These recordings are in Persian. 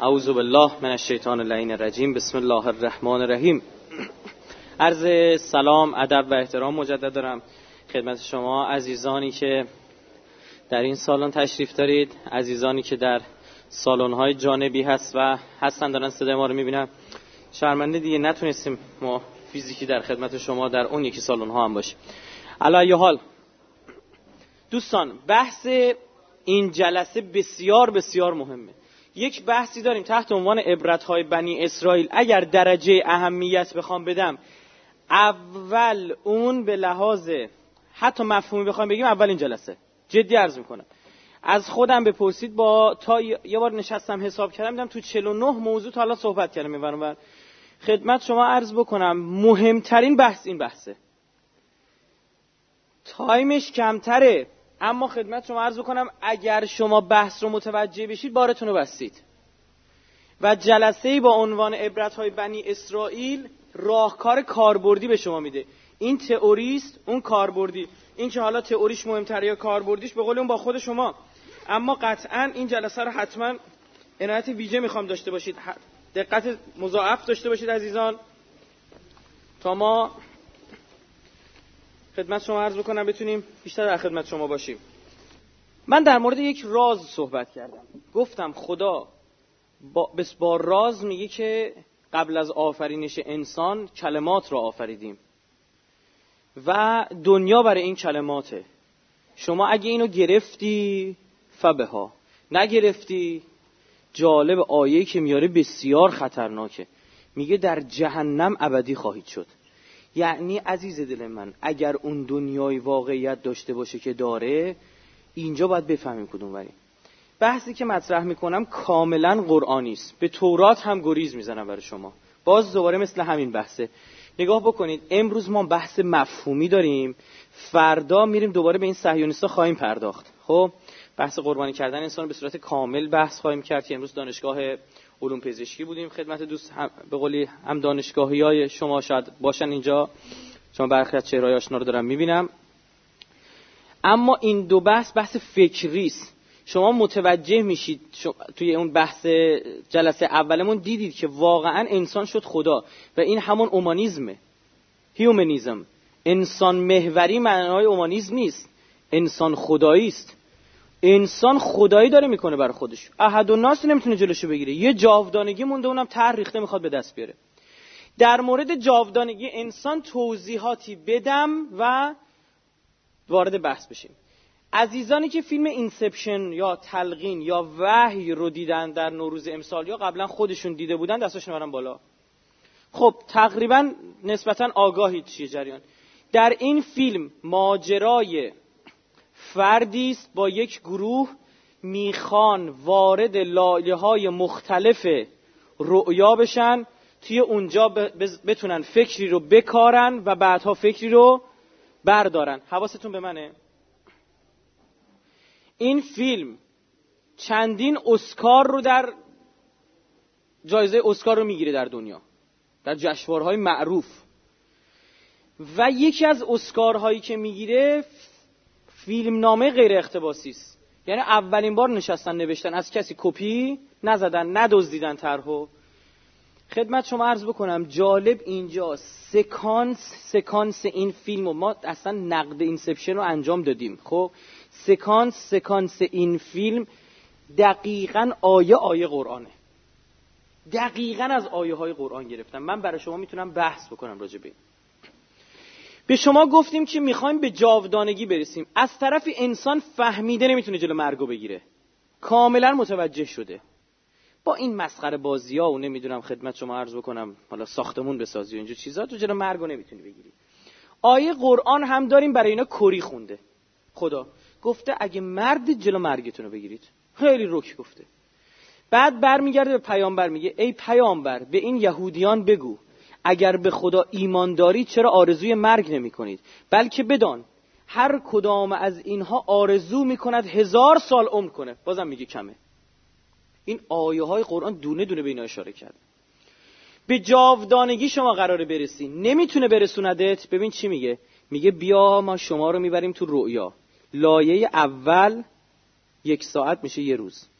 اعوذ بالله من الشیطان اللعین الرجیم. بسم الله الرحمن الرحیم. عرض سلام، ادب و احترام مجدد دارم خدمت شما عزیزانی که در این سالن تشریف دارید، عزیزانی که در سالن‌های جانبی هست و هستن دارن صدای ما رو میبینن. شرمنده دیگه نتونستیم ما فیزیکی در خدمت شما در اون یکی سالن‌ها هم باشیم. علی ای حال دوستان، بحث این جلسه بسیار بسیار مهمه. یک بحثی داریم تحت عنوان عبرت‌های بنی اسرائیل. اگر درجه اهمیت بخوام بدم، اول اون به لحاظ حتی مفهومی بخوام بگیم اول این جلسه. جدی عرض میکنم، از خودم بپرسید، با تا یه بار نشستم حساب کردم دیدم تو 49 موضوع تا الان صحبت کردم. میبرم خدمت شما عرض بکنم مهمترین بحث این بحثه. تایمش کمتره، اما خدمت شما عرض بکنم اگر شما بحث رو متوجه بشید بارتون رو بستید. و جلسه‌ای با عنوان عبرت‌های بنی اسرائیل راهکار کاربردی به شما میده. این تئوریست، اون کاربردی. این که حالا تئوریش مهمتره یا کاربردیش به قول اون با خود شما، اما قطعاً این جلسه رو حتما عنایت ویژه میخوام داشته باشید، دقت مضاعف داشته باشید عزیزان، تا ما خدمت شما عرض بکنم بتونیم بیشتر در خدمت شما باشیم. من در مورد یک راز صحبت کردم. گفتم خدا با راز میگه که قبل از آفرینش انسان کلمات را آفریدیم و دنیا برای این کلماته. شما اگه اینو گرفتی فبها، نگرفتی جالب. آیه‌ای که میاره بسیار خطرناکه، میگه در جهنم ابدی خواهید شد. یعنی عزیز دل من، اگر اون دنیای واقعیت داشته باشه که داره، اینجا باید بفهمیم کدوم ولی. بحثی که مطرح میکنم کاملا قرآنی است. به تورات هم گریز میزنم برای شما. باز دوباره مثل همین بحثه. نگاه بکنید، امروز ما بحث مفهومی داریم، فردا میریم دوباره به این صهیونیستا خواهیم پرداخت. خب بحث قربانی کردن انسان به صورت کامل بحث خواهیم کرد که امروز دانشگاه علوم پزشکی بودیم خدمت دوست، هم به قولی هم دانشگاهیای شما شاید باشن اینجا، چون برخی از چهره‌های آشنا رو دارم میبینم. اما این دو بحث فکری است. شما متوجه میشید توی اون بحث جلسه اولمون دیدید که واقعا انسان شد خدا و این همون اومانیزمه، هیومنیزم. انسان محوری معنای اومانیزم نیست، انسان خدایی است. انسان خدایی داره میکنه برای خودش، احد الناس نمیتونه جلوشو بگیره. یه جاودانگی مونده، اونم طرح ریخته میخواد به دست بیاره. در مورد جاودانگی انسان توضیحاتی بدم و وارد بحث بشیم. عزیزانی که فیلم اینسپشن یا تلقین یا وحی رو دیدن در نوروز امسال یا قبلا خودشون دیده بودن دستاشون برن بالا. خب تقریبا نسبتا آگاهید چیه جریان. در این فیلم ماجرای فردی است با یک گروه میخوان وارد لایه‌های مختلف رؤیا بشن، توی اونجا بتونن فکری رو بکارن و بعدها فکری رو بردارن. حواستون به منه؟ این فیلم چندین اسکار رو در جایزه اسکار رو میگیره در دنیا، در جشنواره‌های معروف. و یکی از اسکارهایی که میگیره فیلم نامه غیر اقتباسی است. یعنی اولین بار نشستن نوشتن، از کسی کپی نزدن، ندزدیدن طرحو. خدمت شما عرض بکنم جالب اینجا سکانس این فیلمو ما اصلا نقد اینسپشن رو انجام دادیم. خب سکانس این فیلم دقیقاً آیه قرآنه، دقیقاً از آیه های قرآن گرفتم. من برای شما میتونم بحث بکنم راجع به این. به شما گفتیم که میخوایم به جاودانگی برسیم. از طرف انسان فهمیده نمیتونه جلو مرگو بگیره، کاملا متوجه شده. با این مسخره بازی‌ها و نمیدونم خدمت شما عرض بکنم حالا ساختمون بسازی و اینجور چیزا، تو جلو مرگو نمیتونی بگیری. آیه قرآن هم داریم برای اینا کری خونده. خدا گفته اگه مرد جلو مرگتون رو بگیرید. خیلی رک گفته. بعد برمیگرده به پیامبر میگه ای پیامبر به این یهودیان بگو اگر به خدا ایمان دارید چرا آرزوی مرگ نمی کنید؟ بلکه بدان هر کدام از اینها آرزو میکند 1000 سال عمر کنه. بازم میگه کمه. این آیه های قرآن دونه دونه به اینا اشاره کرد. به جاودانگی شما قراره برسی، نمیتونه برسوندت. ببین چی میگه، میگه بیا ما شما رو میبریم تو رؤیا. لایه اول 1 ساعت میشه 1 روز،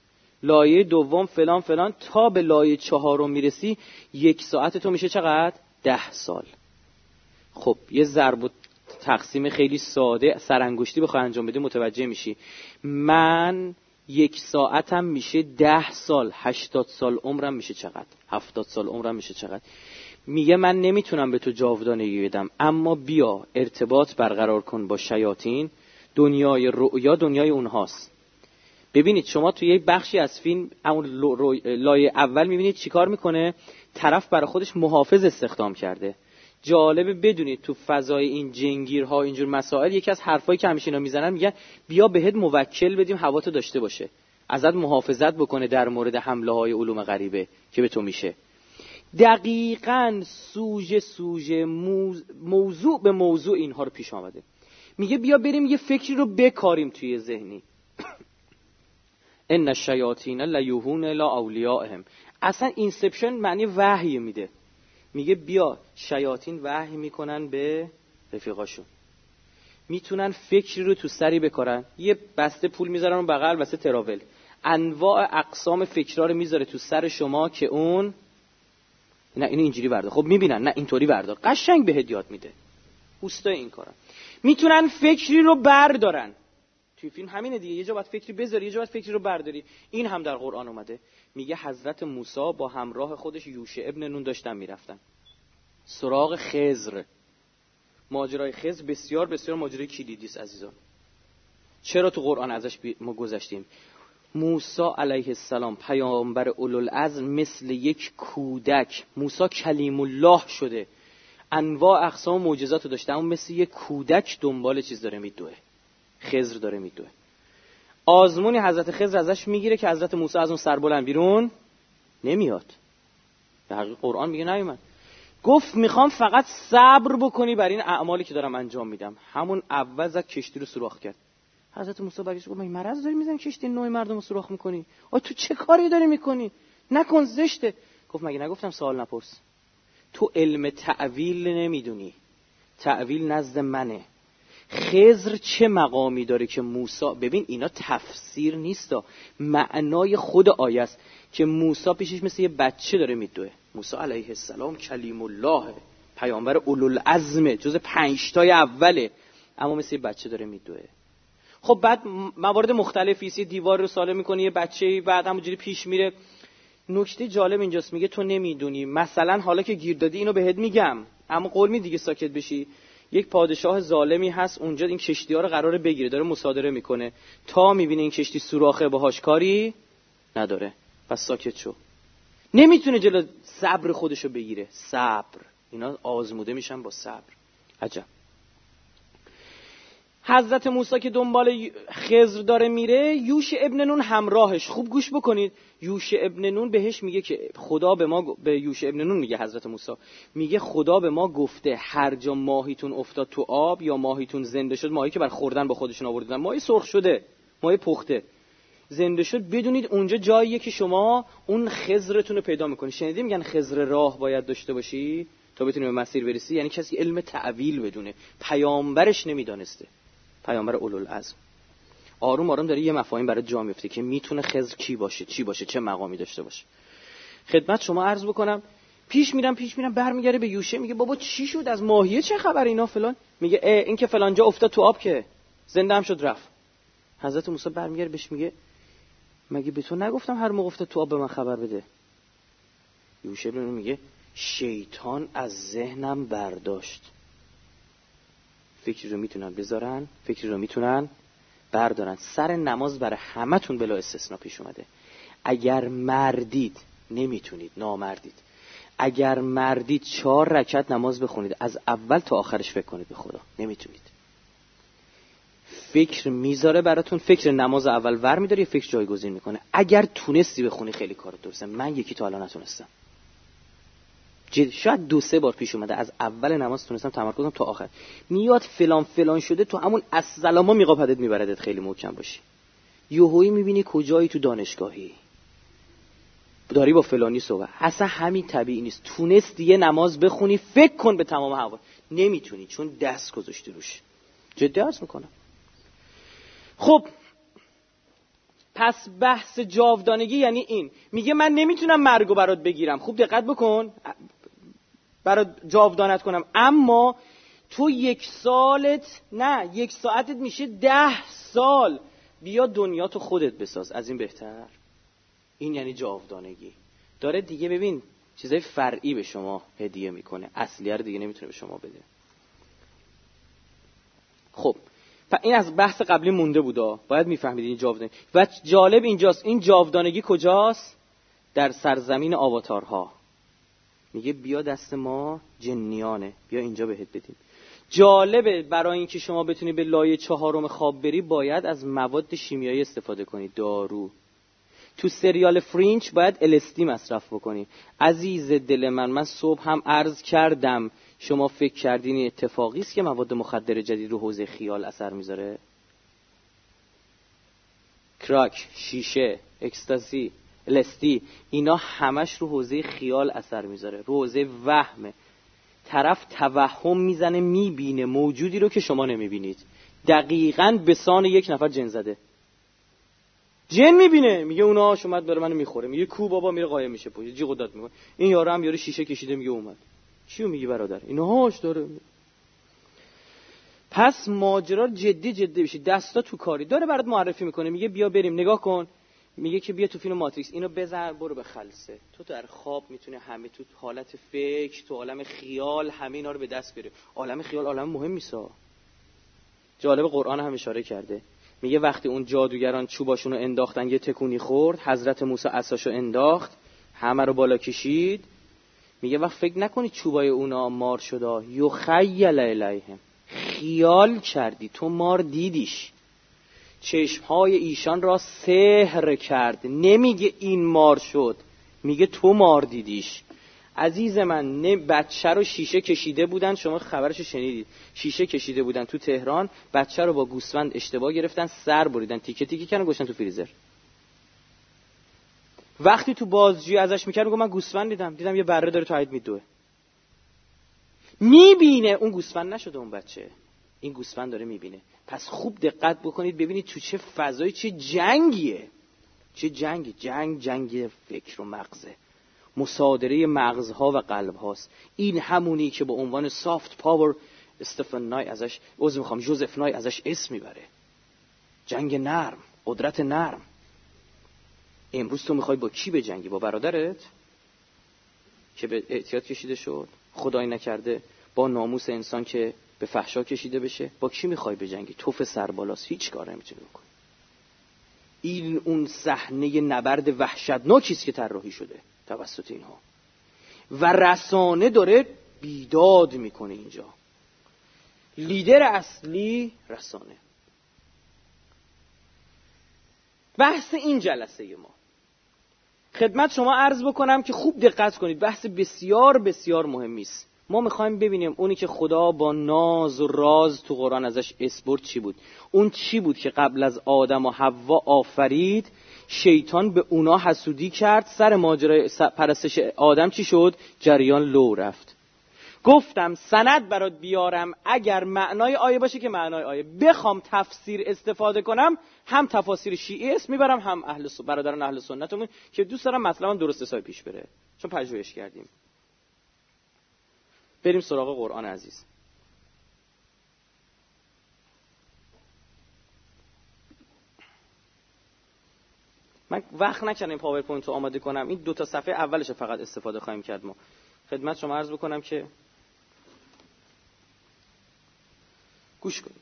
لایه دوم فلان فلان تا به لایه 4 میرسی 1 ساعت تو میشه چقدر؟ 10 سال. خب یه ضرب و تقسیم خیلی ساده سرانگشتی بخوای انجام بدی متوجه میشی من 1 ساعتم میشه 10 سال. 80 سال عمرم میشه چقدر؟ 70 سال عمرم میشه چقدر؟ میگه من نمیتونم به تو جاودانگی بدم، اما بیا ارتباط برقرار کن با شیاطین. دنیای رؤیا دنیای اونهاست. ببینید شما توی یک بخشی از فیلم اون لایه اول میبینید چیکار میکنه؟ طرف برای خودش محافظ استخدام کرده. جالبه بدونید تو فضای این جنگیرها اینجور مسائل یکی از حرفایی که همیشه اینا میزنن میگن بیا بهت موکل بدیم هواتو داشته باشه، ازت محافظت بکنه در مورد حمله های علوم غریبه که به تو میشه. دقیقاً سوژه موضوع به موضوع اینها رو پیش آمده. میگه بیا بریم یه فکری رو بکاریم توی ذهنی. ان الشیاطین لیوحون الی اولیائهم. اصلا اینسپشن معنی وحی میده. میگه بیا شیاطین وحی میکنن به رفیقاشون، میتونن فکری رو تو سری بکارن، یه بسته پول میذارن اون بغل واسه تراول، انواع اقسام فکرا رو میذاره تو سر شما که اون نه اینو اینجوری بردار، خب میبینن نه اینطوری بردار، قشنگ بهت یاد میده. اوستای این کارن. میتونن فکری رو بردارن. توی فیلم همینه دیگه، یه جا باید فکری بذاری، یه جا باید فکری رو برداری. این هم در قرآن اومده. میگه حضرت موسی با همراه خودش یوشع ابن نون داشتن میرفتن سراغ خضر. ماجرای خضر بسیار بسیار ماجرای کلیدی است عزیزان. چرا تو قرآن ازش ما گذشتیم؟ موسی علیه السلام پیامبر اولوالعزم مثل یک کودک، موسی کلیم الله شده، انواع اقسام معجزات رو داشته، اما مثل یک کودک دنبال چیز داره میدوه، خضر داره میدوه. آزمونی حضرت خضر ازش میگیره که حضرت موسی از اون سربلند بیرون نمیاد. در حقیقت قرآن میگه نیومد. گفت میخوام فقط صبر بکنی بر این اعمالی که دارم انجام میدم. همون اول زد کشتی رو سوراخ کرد. حضرت موسی برگشت گفت من مرض داری میزنی کشتی نوع مردم رو سوراخ میکنی؟ تو چه کاری داری میکنی؟ نکن، زشته. گفت مگه نگفتم سوال نپرس؟ تو علم تعویل نمیدونی، تعویل نزد منه. خضر چه مقامی داره که موسی، ببین اینا تفسیر نیستا، معنای خود آیه است که موسی پیشش مثل یه بچه داره میدوه. موسی علیه السلام کلیم الله، پیامبر اولوالعزم، جز 5 تای اوله، اما مثل یه بچه داره میدوه. خب بعد موارد مختلفی است، دیوار رو ساله میکنه یه بچه‌ای، بعد همونجوری پیش میره. نکته جالب اینجاست، میگه تو نمیدونی، مثلا حالا که گیر دادی اینو بهت میگم، اما قول می دیگه ساکت بشی. یک پادشاه ظالمی هست اونجا، این کشتی‌ها رو قراره بگیره، داره مصادره میکنه، تا میبینه این کشتی سوراخه باهاش کاری نداره، پس ساکت شو. نمیتونه جلو صبر خودشو بگیره. صبر، اینا آزموده میشن با صبر. عجب. حضرت موسی که دنبال خضر داره میره، یوشع ابن نون همراهش. خوب گوش بکنید، یوشع ابن نون بهش میگه که خدا به یوشع ابن نون میگه حضرت موسی میگه خدا به ما گفته هر جا ماهیتون افتاد تو آب یا ماهیتون زنده شد، ماهی که بر خوردن با خودشون آوردن، ماهی سرخ شده، ماهی پخته، زنده شد، بدونید اونجا جاییه که شما اون خضرتون رو پیدا میکنی. شنیدی میگن خضر راه باید داشته باشی تا بتونی به مسیر برسی؟ یعنی کسی علم تعویل بدونه، پیامبرش نمیدانسته، پیامبر اولوالعزم. آروم آروم داره یه مفاهیم برای جا میفته که میتونه خضر کی باشه، چی باشه، چه مقامی داشته باشه. خدمت شما عرض بکنم، پیش میرم برمیگره به یوشع، میگه بابا چی شد، از ماهیه چه خبر اینا فلان؟ میگه این که فلان جا افتاد تو آب که زنده هم شد رفت. حضرت موسی برمیگره بهش میگه مگه به تو نگفتم هر موقع افتاد تو آب به من خبر بده؟ یوشع میگه شیطان از ذهنم برداشت. فکری رو میتونن بذارن، فکری رو میتونن بردارن. سر نماز برای همتون بلا استثناء پیش اومده. اگر مردید نمیتونید، نامردید. اگر مردید 4 رکعت نماز بخونید، از اول تا آخرش فکر کنید به خدا. نمیتونید. فکر میذاره براتون، فکر نماز اول ور میداره، یه فکر جایگزین میکنه. اگر تونستی بخونی خیلی کار درسته. من یکی تا الان نتونستم. شاید 2-3 بار پیش اومده از اول نماز تونستم تمرکز کنم تا آخر. میاد فلان فلان شده، تو همون السلاما میقاپدت میبردت خیلی محکم باشی. یهویی میبینی کجایی، تو دانشگاهی داری با فلانی صحبت. اصلا همین طبیعی نیست. تونستی یه نماز بخونی، فکر کن به تمام حوا. نمیتونی چون دست گذاشتی روش. جدی عرض میکنم. خب پس بحث جاودانگی یعنی این. میگه من نمیتونم مرگو برات بگیرم، خوب دقت بکن، برات جاودانت کنم، اما تو 1 سالت نه 1 ساعتت میشه 10 سال، بیا دنیا تو خودت بساز، از این بهتر؟ این یعنی جاودانگی. داره دیگه ببین چیزای فرعی به شما هدیه میکنه، اصلیه رو دیگه نمیتونه به شما بده. خب این از بحث قبلی مونده بودا، باید میفهمید این جاودانگی. و جالب اینجاست، این جاودانگی کجاست؟ در سرزمین آواتارها. میگه بیا دست ما جنیانه، بیا اینجا بهت بدیم. جالبه برای اینکه شما بتونی به لایه 4 خواب بری باید از مواد شیمیایی استفاده کنی، دارو. تو سریال فرینچ باید LSD مصرف بکنی. عزیز دل من صبح هم عرض کردم، شما فکر کردین این اتفاقی است که مواد مخدر جدید رو حوزه خیال اثر میذاره؟ کراک، شیشه، اکستازی، LSD، اینا همش رو حوزه خیال اثر میذاره، رو حوزه وهمه. طرف توهم میزنه، میبینه موجودی رو که شما نمیبینید، دقیقاً به سان یک نفر جن زده. جن میبینه، میگه اونا اومد داره منو میخوره، میگه کو بابا، میره قایم میشه پشت جیغ و داد میکنه. این یارو هم یارو شیشه کشیده، میگه اومد. چیو میگی برادر؟ اینهاش داره. پس ماجرا جدی بشی، دستا تو کاری داره برات معرفی میکنه، میگه بیا بریم نگاه کن، میگه که بیا تو فیلم ماتریکس، اینو بزن برو به خلسه. تو در خواب میتونه همه، تو حالت فکر، تو عالم خیال همه اینا رو به دست بیاره. عالم خیال عالم مهمیسا. جالب قرآن هم اشاره کرده، میگه وقتی اون جادوگران چوباشونو انداختن یه تکونی خورد، حضرت موسی عصاشو انداخت، همه رو بالا کشید. میگه وقت فکر نکنی چوبای اونا مار شده، یخیل الیهم، خیال کردی تو مار دیدیش، چشمهای ایشان را سحر کرد. نمیگه این مار شد، میگه تو مار دیدیش. عزیز من بچه رو شیشه کشیده بودن، شما خبرشو شنیدید، شیشه کشیده بودن تو تهران، بچه رو با گوسفند اشتباه گرفتن، سر بریدن، تیکه تیکه کردن، گذاشتن تو فریزر. وقتی تو بازجویی ازش میکرد میگه من گوسفند دیدم یه بره داره تو حیاط میدوه. میبینه اون گوسفند نشده اون بچه، این گوسفند داره میبینه. پس خوب دقت بکنید ببینید تو چه فضایی، چه جنگیه، چه جنگ فکر و مغزه، مصادره مغزها و قلب هاست. این همونی که به عنوان سافت پاور جوزف نای ازش اسم میبره، جنگ نرم، قدرت نرم. امروز تو میخوای با کی بجنگی؟ با برادرت که به اعتیاد کشیده شد، خدای نکرده با ناموس انسان که به فحشا کشیده بشه؟ با کی میخوای بجنگی؟ توف سربالاست، هیچ کار نمیتونی بکنی. این اون صحنه نبرد وحشتناکی است که طراحی شده توسط اینها و رسانه داره بیداد میکنه. اینجا لیدر اصلی رسانه. بحث این جلسه ما خدمت شما عرض بکنم که خوب دقت کنید، بحث بسیار بسیار مهمی است. ما میخوایم ببینیم اونی که خدا با ناز و راز تو قرآن ازش اسپرد چی بود. اون چی بود که قبل از آدم و حوا آفرید، شیطان به اونا حسودی کرد، سر ماجرای پرستش آدم چی شد؟ جریان لو رفت. گفتم سند برات بیارم، اگر معنای آیه باشه که معنای آیه، بخوام تفسیر استفاده کنم هم تفاسیر شیعی اسم میبرم، هم برادران اهل سنتمون که دوست دارم مطلبم درست حسابی پیش بره، چون پژوهش کردیم. بریم سراغ قرآن عزیز. من وقت نکردم این پاورپوینت رو آماده کنم، این 2 صفحه اولش فقط استفاده خواهیم کرد. ما خدمت شما عرض بکنم که گوش کنید.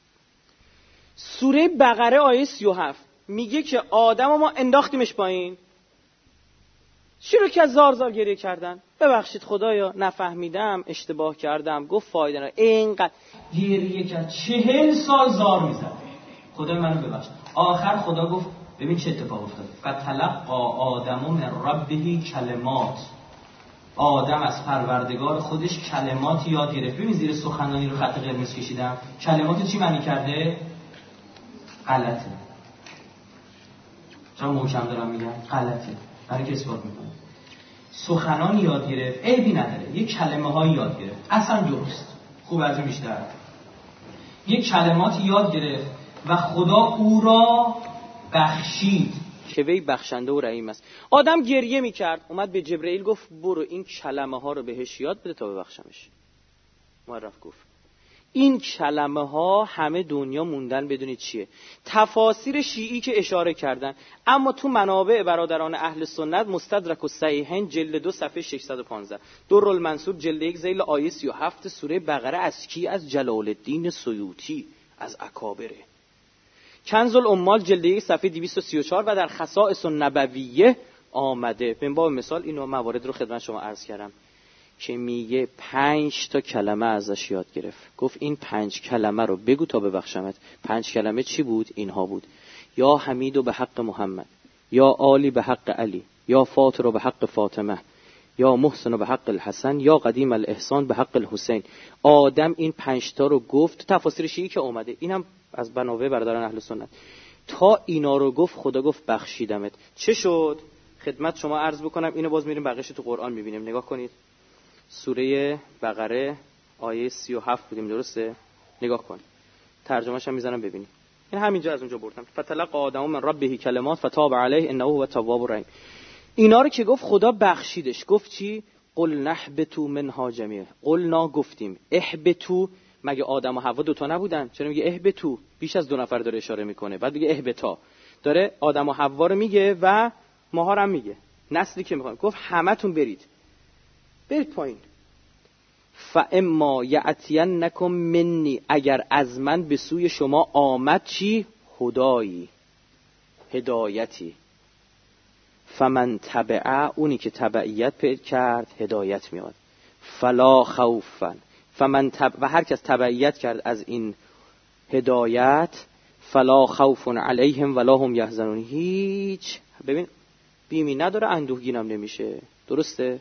سوره بقره آیه 37 میگه که آدم ما انداختیمش پایین، شروع که زار گریه کردن، ببخشید خدایا نفهمیدم، اشتباه کردم. گفت فایده نداره، اینقدر گریه کرد، 40 سال زار میزد، خدا منو ببخش. آخر خدا گفت ببین چه اتفاق افتاد، فتلقی آدم من ربه کلمات، آدم از پروردگار خودش کلمات یاد گرفت. ببین زیر سخنانی رو خط قرمز کشیدم، کلمات چی معنی کرده؟ غلطه. چون محکم دارم میگم غلطه، برای که اثبات میکنه. سخنان یاد گرفت، عیبی نداره، یک کلمه های یاد گرفت، اصلا درست، خوب از این بیشتر. یک کلمات یاد گرفت و خدا او را بخشید که وی بخشنده و رحیم است. آدم گریه میکرد، اومد به جبرئیل گفت برو این کلمه ها رو بهش یاد بده تا ببخشمش. اومد رفت گفت این کلمه ها همه دنیا موندن بدونید چیه. تفاسیر شیعی که اشاره کردن، اما تو منابع برادران اهل سنت مستدرک الصحیحین جلد 2 صفحه 615، درالمنصور جلد 1 ذیل آیه 37 سوره بقره از کی؟ از جلال الدین سیوطی، از اکابره. کنز العمال جلد 1 صفحه 234 و در خصائص النبویه آمده. به باب مثال اینو موارد رو خدمت شما عرض کردم که میگه 5 تا کلمه ازش یاد گرفت. گفت این 5 کلمه رو بگو تا ببخشمت. 5 کلمه چی بود؟ اینها بود: یا حمید به حق محمد، یا عالی به حق علی، یا فاطر به حق فاطمه، یا محسن به حق الحسن، یا قدیم الاحسان به حق الحسین. آدم این 5 تا رو گفت. تفاسیر شیعی که اومده، اینم از منابع برادران اهل سنت. تا اینا رو گفت خدا گفت بخشیدمت. چه شد؟ خدمت شما عرض بکنم. اینو باز میریم بقیه‌اش تو قرآن میبینیم. نگاه کنید. سوره بقره آیه 37 بودیم، درسته؟ نگاه کن. ترجمه‌اش هم میذارم ببینید. این همینجا از اونجا بردم. فتلقى آدم من ربه کلمات فتاب علیه انه هو التواب الرحیم. اینا رو که گفت خدا بخشیدش. گفت چی؟ قل نهبتوا منها جمیعا. قلنا گفتیم. اهبتوا، مگه آدم و حوا دوتا نبودن؟ چرا میگه اهبتوا؟ بیش از 2 نفر داره اشاره میکنه. بعد میگه اهبتا. داره آدم و حوا رو میگه و ماها رو هم میگه. نسلی که میخواد. گفت همتون برید پایین. فاما یاتینکم منی، اگر از من به سوی شما آمد چی؟ هدایی، هدایتی. فمن تبع، اونی که تبعیت پیدا کرد هدایت میاد. فلا خوفا، و هر کس تبعیت کرد از این هدایت، فلا خوف علیهم ولا هم یحزنون. هیچ، ببین، بیمی نداره، اندوهگینم نمیشه. درسته؟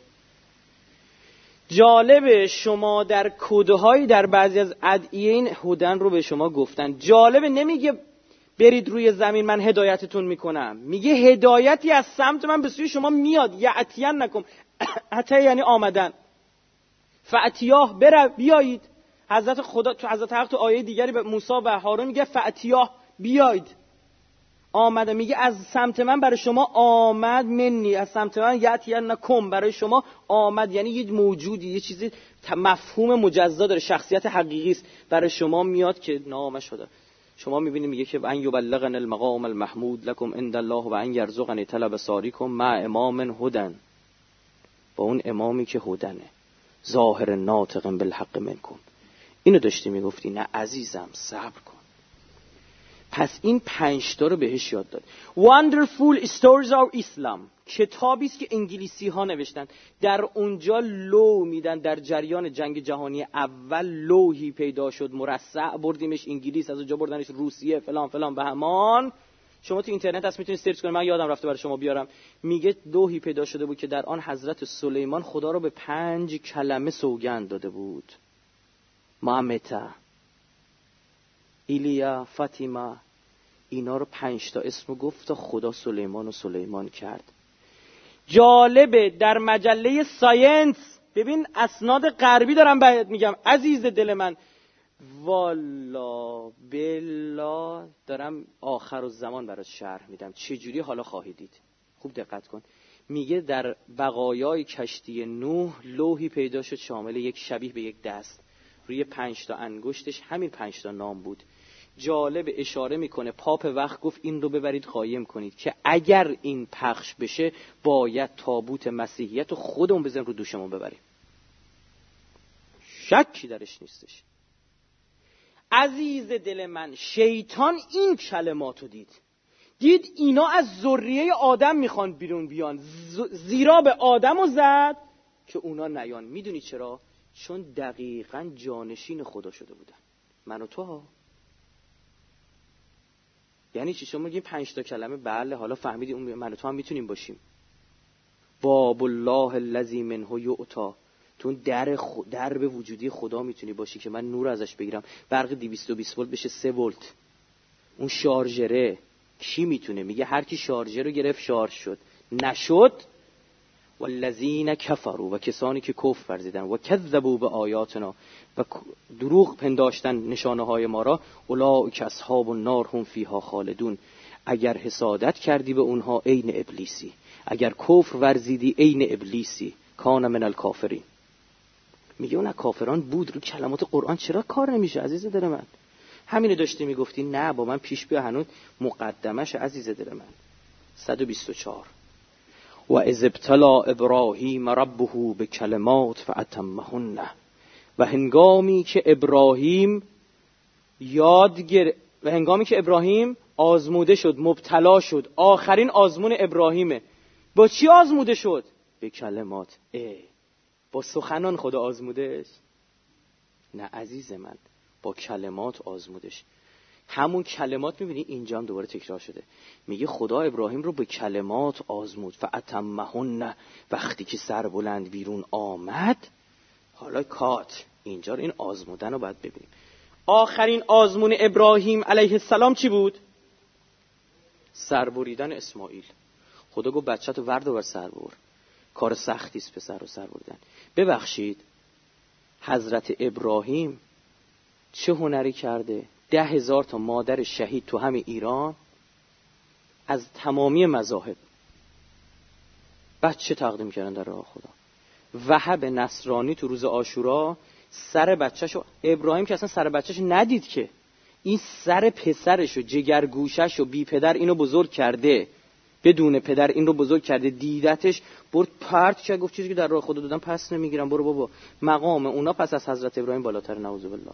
جالبه شما در کدهایی در بعضی از ادعیه این هدن رو به شما گفتن. جالبه نمیگه برید روی زمین من هدایتتون میکنم، میگه هدایتی از سمت من به سوی شما میاد. یعتین نکم، عطیه یعنی آمدن. فعتیاه، بیایید. حضرت خدا تو حضرت حق تو آیه دیگری به موسی و هارون میگه فعتیاه، بیایید. آمده، میگه از سمت من برای شما آمد. منی، از سمت من. یعتین نکم، برای شما آمد یعنی یه موجودی، یه چیزی مفهوم مجزا داره، شخصیت حقیقی است، برای شما میاد که نامه شده. شما میبینید میگه که ان یبلغن المقام المحمود لكم عند الله و ان یرزقنی طلب ساریکم مع امام هدن، با اون امامی که هدنه، ظاهر ناطق بالحق منکم. اینو داشتی میگفتی. نه عزیزم، صبر کن. پس این 5 تا رو بهش یاد داد. Wonderful Stories of Islam کتابی است که انگلیسی ها نوشتن. در اونجا لو میدن. در جریان جنگ جهانی اول لوحی پیدا شد مرصع، بردیمش انگلیس، از اونجا بردنش روسیه، فلان فلان بهمان. شما تو اینترنت هست میتونید سرچ کنید. من یادم رفته برای شما بیارم. میگه لوحی پیدا شده بود که در آن حضرت سلیمان خدا رو به 5 کلمه سوگند داده بود: محمد، ایلیا، فاطمه. اینا رو 5 تا اسمو گفت تا خدا سلیمان کرد. جالبه در مجله ساینس، ببین اسناد غربی دارم بهت میگم عزیز دل من، والا بلا دارم آخر الزمان برات شرح میدم چجوری حالا خواهی دید. خوب دقت کن. میگه در بقایای کشتی نوح لوحی پیدا شد شامل یک شبیه به یک دست، روی 5 تا انگشتش همین 5 تا نام بود. جالب، اشاره میکنه پاپ وقت گفت این رو ببرید قایم کنید که اگر این پخش بشه باید تابوت مسیحیت رو خودمون بزنیم رو دوشمون ببریم. شکی درش نیستش. عزیز دل من، شیطان این کلماتو دید اینا از ذریه آدم میخوان بیرون بیان، زیرا به آدمو زد که اونا نیان. میدونی چرا؟ چون دقیقاً جانشین خدا شده بودن. من و تو ها. یعنی چی؟ شما میگین 5 تا کلمه، بله حالا فهمیدی اون من و تو هم میتونیم باشیم. باب الله الذی منه یؤتی، تو در به وجودی خدا میتونی باشی که من نور ازش بگیرم، برق 220 ولت بشه 3 ولت. اون شارژره کی میتونه؟ میگه هر کی شارژر رو گرفت شارژ شد، نشد والذین کفروا، و کسانی که کفر ورزیدن، و کذبوا به آیاتنا، و دروغ پنداشتن نشانه های ما را، اولئک اصحاب النار هم فیها خالدون. اگر حسادت کردی به اونها عین ابلیسی، اگر کفر ورزیدی عین ابلیسی، کان من الکافرین. میگه اون کافران بود. رو کلمات قرآن چرا کار نمیشه عزیز دل من؟ همینو داشتی میگفتی. نه با من پیش بیا، هنوز مقدمش عزیز دل من. 124 و اذ ابتلی ابراهیم ربه بکلمات فاتمهن. و هنگامی که ابراهیم آزموده شد، مبتلا شد. آخرین آزمون ابراهیمه. با چی آزموده شد؟ به کلمات. با سخنان خدا آزمودش؟ نه عزیز من، با کلمات آزمودش. همون کلمات میبینی اینجا هم دوباره تکرار شده. میگه خدا ابراهیم رو به کلمات آزمود. فاتمهن. وقتی که سربلند بیرون آمد، حالا کات اینجا این آزمودن رو باید ببینیم. آخرین آزمون ابراهیم علیه السلام چی بود؟ سربریدن اسماعیل. خدا گفت بچه‌تو ورد و بر سر ببر. کار سختی است پسر رو سر بردن. ببخشید حضرت ابراهیم چه هنری کرده؟ 10,000 تا مادر شهید تو همین ایران از تمامی مذاهب بچه تقدیم کردن در راه خدا. وهب نصرانی تو روز عاشورا سر بچه‌شو، ابراهیم که اصلا سر بچه‌شو ندید، که این سر پسرشو، جگرگوشه‌شو، بی پدر اینو بزرگ کرده، بدون پدر این رو بزرگ کرده، دیدتش برد پرت کرد، گفت چیزی که در راه خدا دادم پس نمیگیرم، برو بابا. مقام اونا پس از حضرت ابراهیم بالاتر، نعوذ بالله.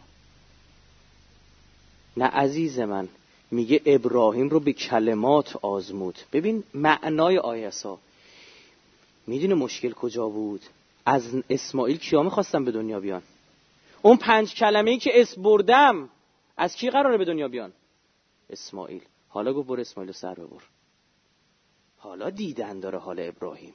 نه عزیز من، میگه ابراهیم رو به کلمات آزمود. ببین معنای آیه‌ها. میدونه مشکل کجا بود؟ از اسماعیل کیا میخواستن به دنیا بیان؟ اون 5 کلمه‌ای که اسم بردم از کی قراره به دنیا بیان؟ اسماعیل. حالا گفت برو اسماعیل رو سر ببر. حالا دیدن داره حال ابراهیم.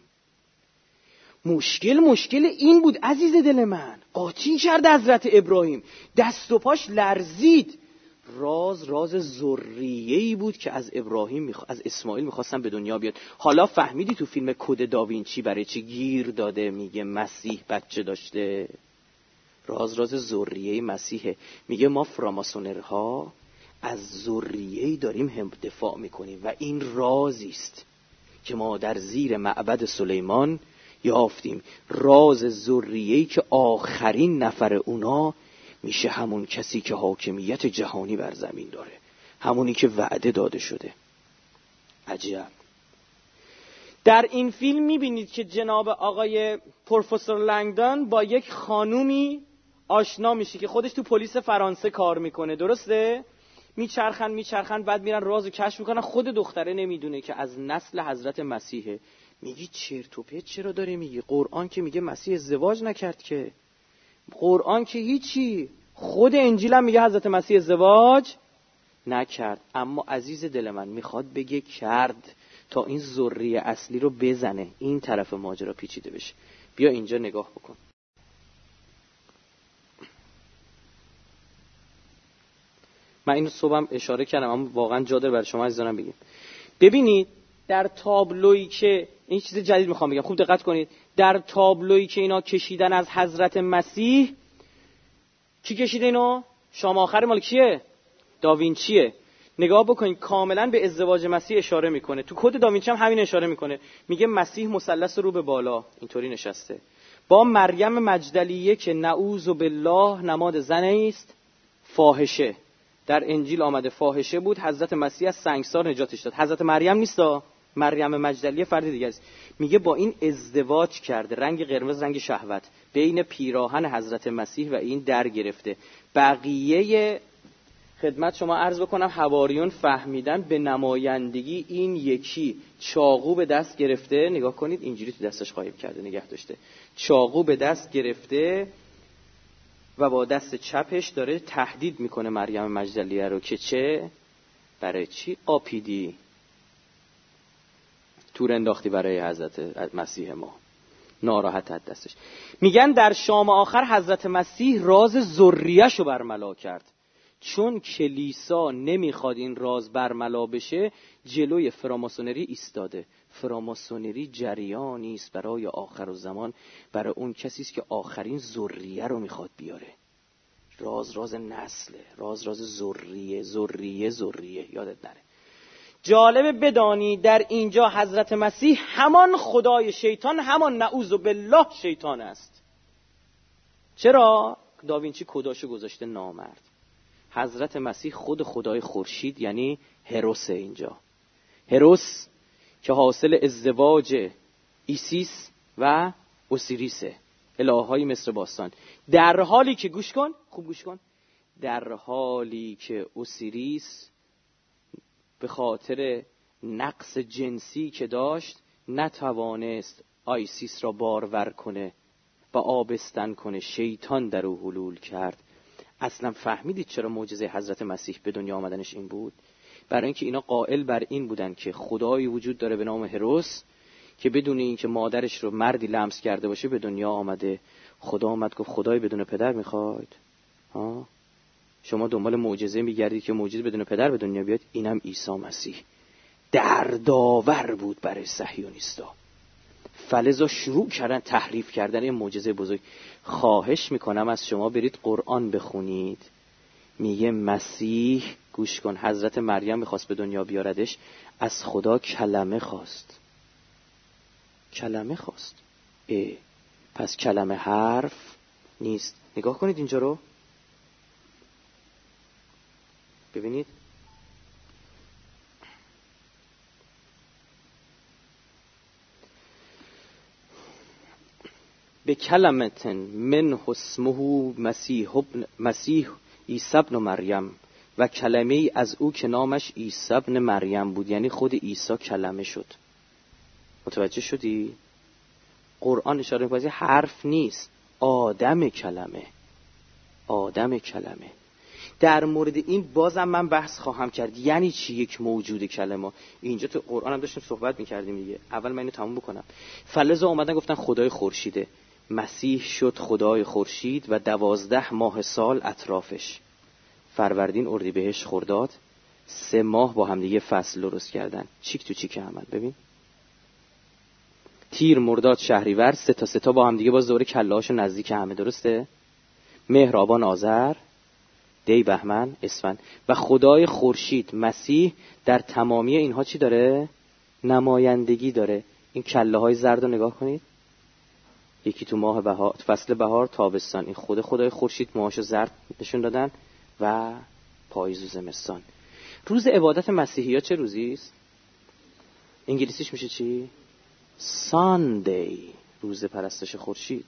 مشکل این بود عزیز دل من. قاطی کرد حضرت ابراهیم، دست و پاش لرزید. راز ذریه‌ای بود که از ابراهیم از اسماعیل میخواستن به دنیا بیاد. حالا فهمیدی تو فیلم کد داوینچی برای چی گیر داده؟ میگه مسیح بچه داشته. راز ذریه مسیحه. میگه ما فراماسونرها از ذریه‌ای داریم هم دفاع میکنیم و این رازی است که ما در زیر معبد سلیمان یافتیم. راز ذریه‌ای که آخرین نفر اونا میشه همون کسی که حاکمیت جهانی بر زمین داره، همونی که وعده داده شده. عجب. در این فیلم میبینید که جناب آقای پروفسور لنگدان با یک خانومی آشنا میشه که خودش تو پلیس فرانسه کار میکنه، درسته؟ میچرخن بعد میرن رازو کشف میکنن. خود دختره نمیدونه که از نسل حضرت مسیحه. میگی چرت و پرت چرا داری میگی؟ قرآن که میگه مسیح ازدواج نکرد، که قرآن که هیچی. خود انجیل هم میگه حضرت مسیح ازدواج نکرد. اما عزیز دل من میخواد بگه کرد تا این ذریه اصلی رو بزنه، این طرف ماجرا پیچیده بشه. بیا اینجا نگاه بکن. من اینو صبحم اشاره کردم اما واقعا جا داره برای شما عزیزانم بگیم. ببینید در تابلویی که این چیز جدید میخوام بگم، خوب دقت کنید. در تابلویی که اینا کشیدن از حضرت مسیح، کی کشیده اینو؟ شام آخر مال کیه؟ داوینچیه. نگاه بکنید کاملا به ازدواج مسیح اشاره میکنه. تو کد داوینچی هم همین اشاره میکنه. میگه مسیح مثلث رو به بالا اینطوری نشسته با مریم مجدلیه که نعوذ بالله نماد زنی است، فاحشه. در انجیل آمده فاحشه بود، حضرت مسیح از سنگسار نجاتش داد. حضرت مریم نیستا، مریم مجدلیه فرد دیگه است. میگه با این ازدواج کرده، رنگ قرمز رنگ شهوت، بین پیراهن حضرت مسیح و این در گرفته. بقیه خدمت شما عرض بکنم حواریون فهمیدن به نمایندگی این یکی چاقو به دست گرفته. نگاه کنید اینجوری تو دستش قایب کرده نگه داشته، چاقو به دست گرفته و با دست چپش داره تهدید میکنه مریم مجدلیه رو که چه؟ برای چی قاپیدی؟ تور انداختی برای حضرت مسیح ما. ناراحت از دستش. میگن در شام آخر حضرت مسیح راز ذریه‌شو برملا کرد. چون کلیسا نمیخواد این راز برملا بشه، جلوی فراماسونری ایستاده. فراماسونری جریانی است برای آخر الزمان، برای اون کسی است که آخرین ذریه رو میخواد بیاره. راز نسله، راز ذریه یادت نره. جالب بدانی در اینجا حضرت مسیح همان خدای شیطان، همان نعوذ بالله شیطان است. چرا؟ داوینچی کداشو گذاشته نامرد. حضرت مسیح خود خدای خورشید یعنی هروس. اینجا هروس که حاصل ازدواج ایسیس و اوسیریسه، الههای مصر باستان، در حالی که گوش کن، خوب گوش کن، در حالی که اوسیریس به خاطر نقص جنسی که داشت نتوانست آیسیس را بارور کنه و آبستن کنه، شیطان در او حلول کرد. اصلا فهمیدید چرا معجزه حضرت مسیح به دنیا آمدنش این بود؟ برای اینکه اینا قائل بر این بودن که خدایی وجود داره به نام هروس که بدون اینکه مادرش رو مردی لمس کرده باشه به دنیا آمده. خدا آمد گفت خدای بدون پدر میخواید؟ شما دنبال معجزه میگردید که معجزه بدون پدر به دنیا بیاد؟ اینم عیسی مسیح دردآور بود برای صهیونیستا. فلذا شروع کردن تحریف کردن این معجزه بزرگ. خواهش میکنم از شما برید قرآن بخونید. میگه مسیح، گوش کن، حضرت مریم میخواست به دنیا بیاردش، از خدا کلمه خواست. کلمه خواست. پس کلمه حرف نیست. نگاه کنید اینجا رو ببینید. به کلمتن من اسمه مسیح عیسی ابن مریم، و کلمه ای از او که نامش عیسی ابن مریم بود، یعنی خود عیسی کلمه شد. متوجه شدی؟ قرآن اشاره می‌کنه حرف نیست، آدم کلمه. آدم کلمه. در مورد این بازم من بحث خواهم کرد. یعنی چی یک موجود کلمه؟ اینجا تو قرآن هم داشتیم صحبت می‌کردیم دیگه. اول من اینو تموم بکنم. فلذا اومدن گفتن خدای خورشیده. مسیح شد خدای خورشید و 12 ماه سال اطرافش، فروردین، اردیبهشت، خرداد، 3 ماه با هم دیگه فصل درست کردن. چیک تو چیک عمل. ببین تیر، مرداد، شهریور، 3 تا با هم دیگه باز دوره کله‌هاشو نزدیک همه. درسته؟ مهر، آبان، آذر، دی، بهمن، اسفند. و خدای خورشید مسیح در تمامی اینها چی داره؟ نمایندگی داره. این کله‌های زرد رو نگاه کنید. یکی تو ماه بهار، فصل بهار، تابستان، این خدای خورشید موهاشو زرد نشون دادن، و پاییز و زمستان. روز عبادت مسیحی‌ها چه روزی است؟ انگلیسیش میشه چی؟ ساندی، روز پرستش خورشید.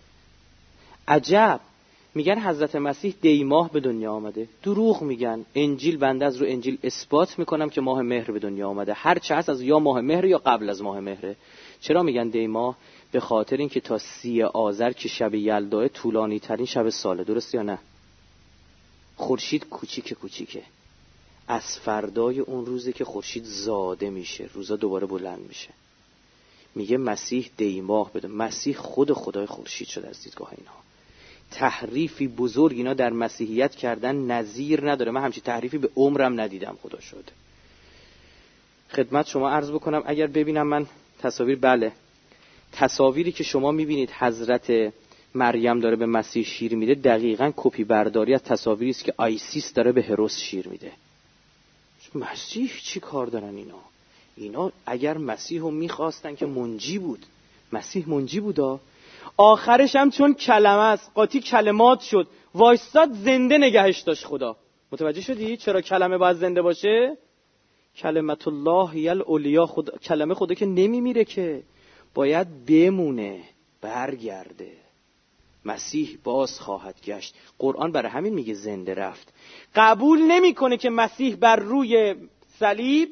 عجب، میگن حضرت مسیح دی ماه به دنیا آمده. دروغ میگن. انجیل، بنده از رو انجیل اثبات میکنم که ماه مهر به دنیا آمده. هر چه هست از یا ماه مهر یا قبل از ماه مهره. چرا میگن دی ماه؟ به خاطر اینکه تا 30 آذر که شب یلداه طولانی ترین شب ساله. درست یا نه؟ خورشید کوچیکه. از فردای اون روزه که خورشید زاده میشه، روزا دوباره بلند میشه. میگه مسیح دی ماه بده. مسیح خود خدای خورشید شد. از دیدگاه اینا تحریفی بزرگ اینا در مسیحیت کردن نظیر نداره. من همچین تحریفی به عمرم ندیدم. خدا شد. خدمت شما عرض بکنم اگر ببینم من تصاویر، بله، تصاویری که شما میبینید حضرت مریم داره به مسیح شیر میده دقیقاً کپی برداری از تصاویری است که آیسیس داره به هروس شیر میده. مسیح چی کار دارن اینا اگر مسیح رو میخواستن که منجی بود. مسیح منجی بودا. آخرش هم چون کلمه است، قاطی کلمات شد، وایستاد، زنده نگهش داشت خدا. متوجه شدی چرا کلمه باید زنده باشه؟ کلمت الله یل اولیا، کلمه خدا که نمیمیره، که باید بمونه، برگرده. مسیح باز خواهد گشت. قرآن برای همین میگه زنده رفت. قبول نمیکنه که مسیح بر روی صلیب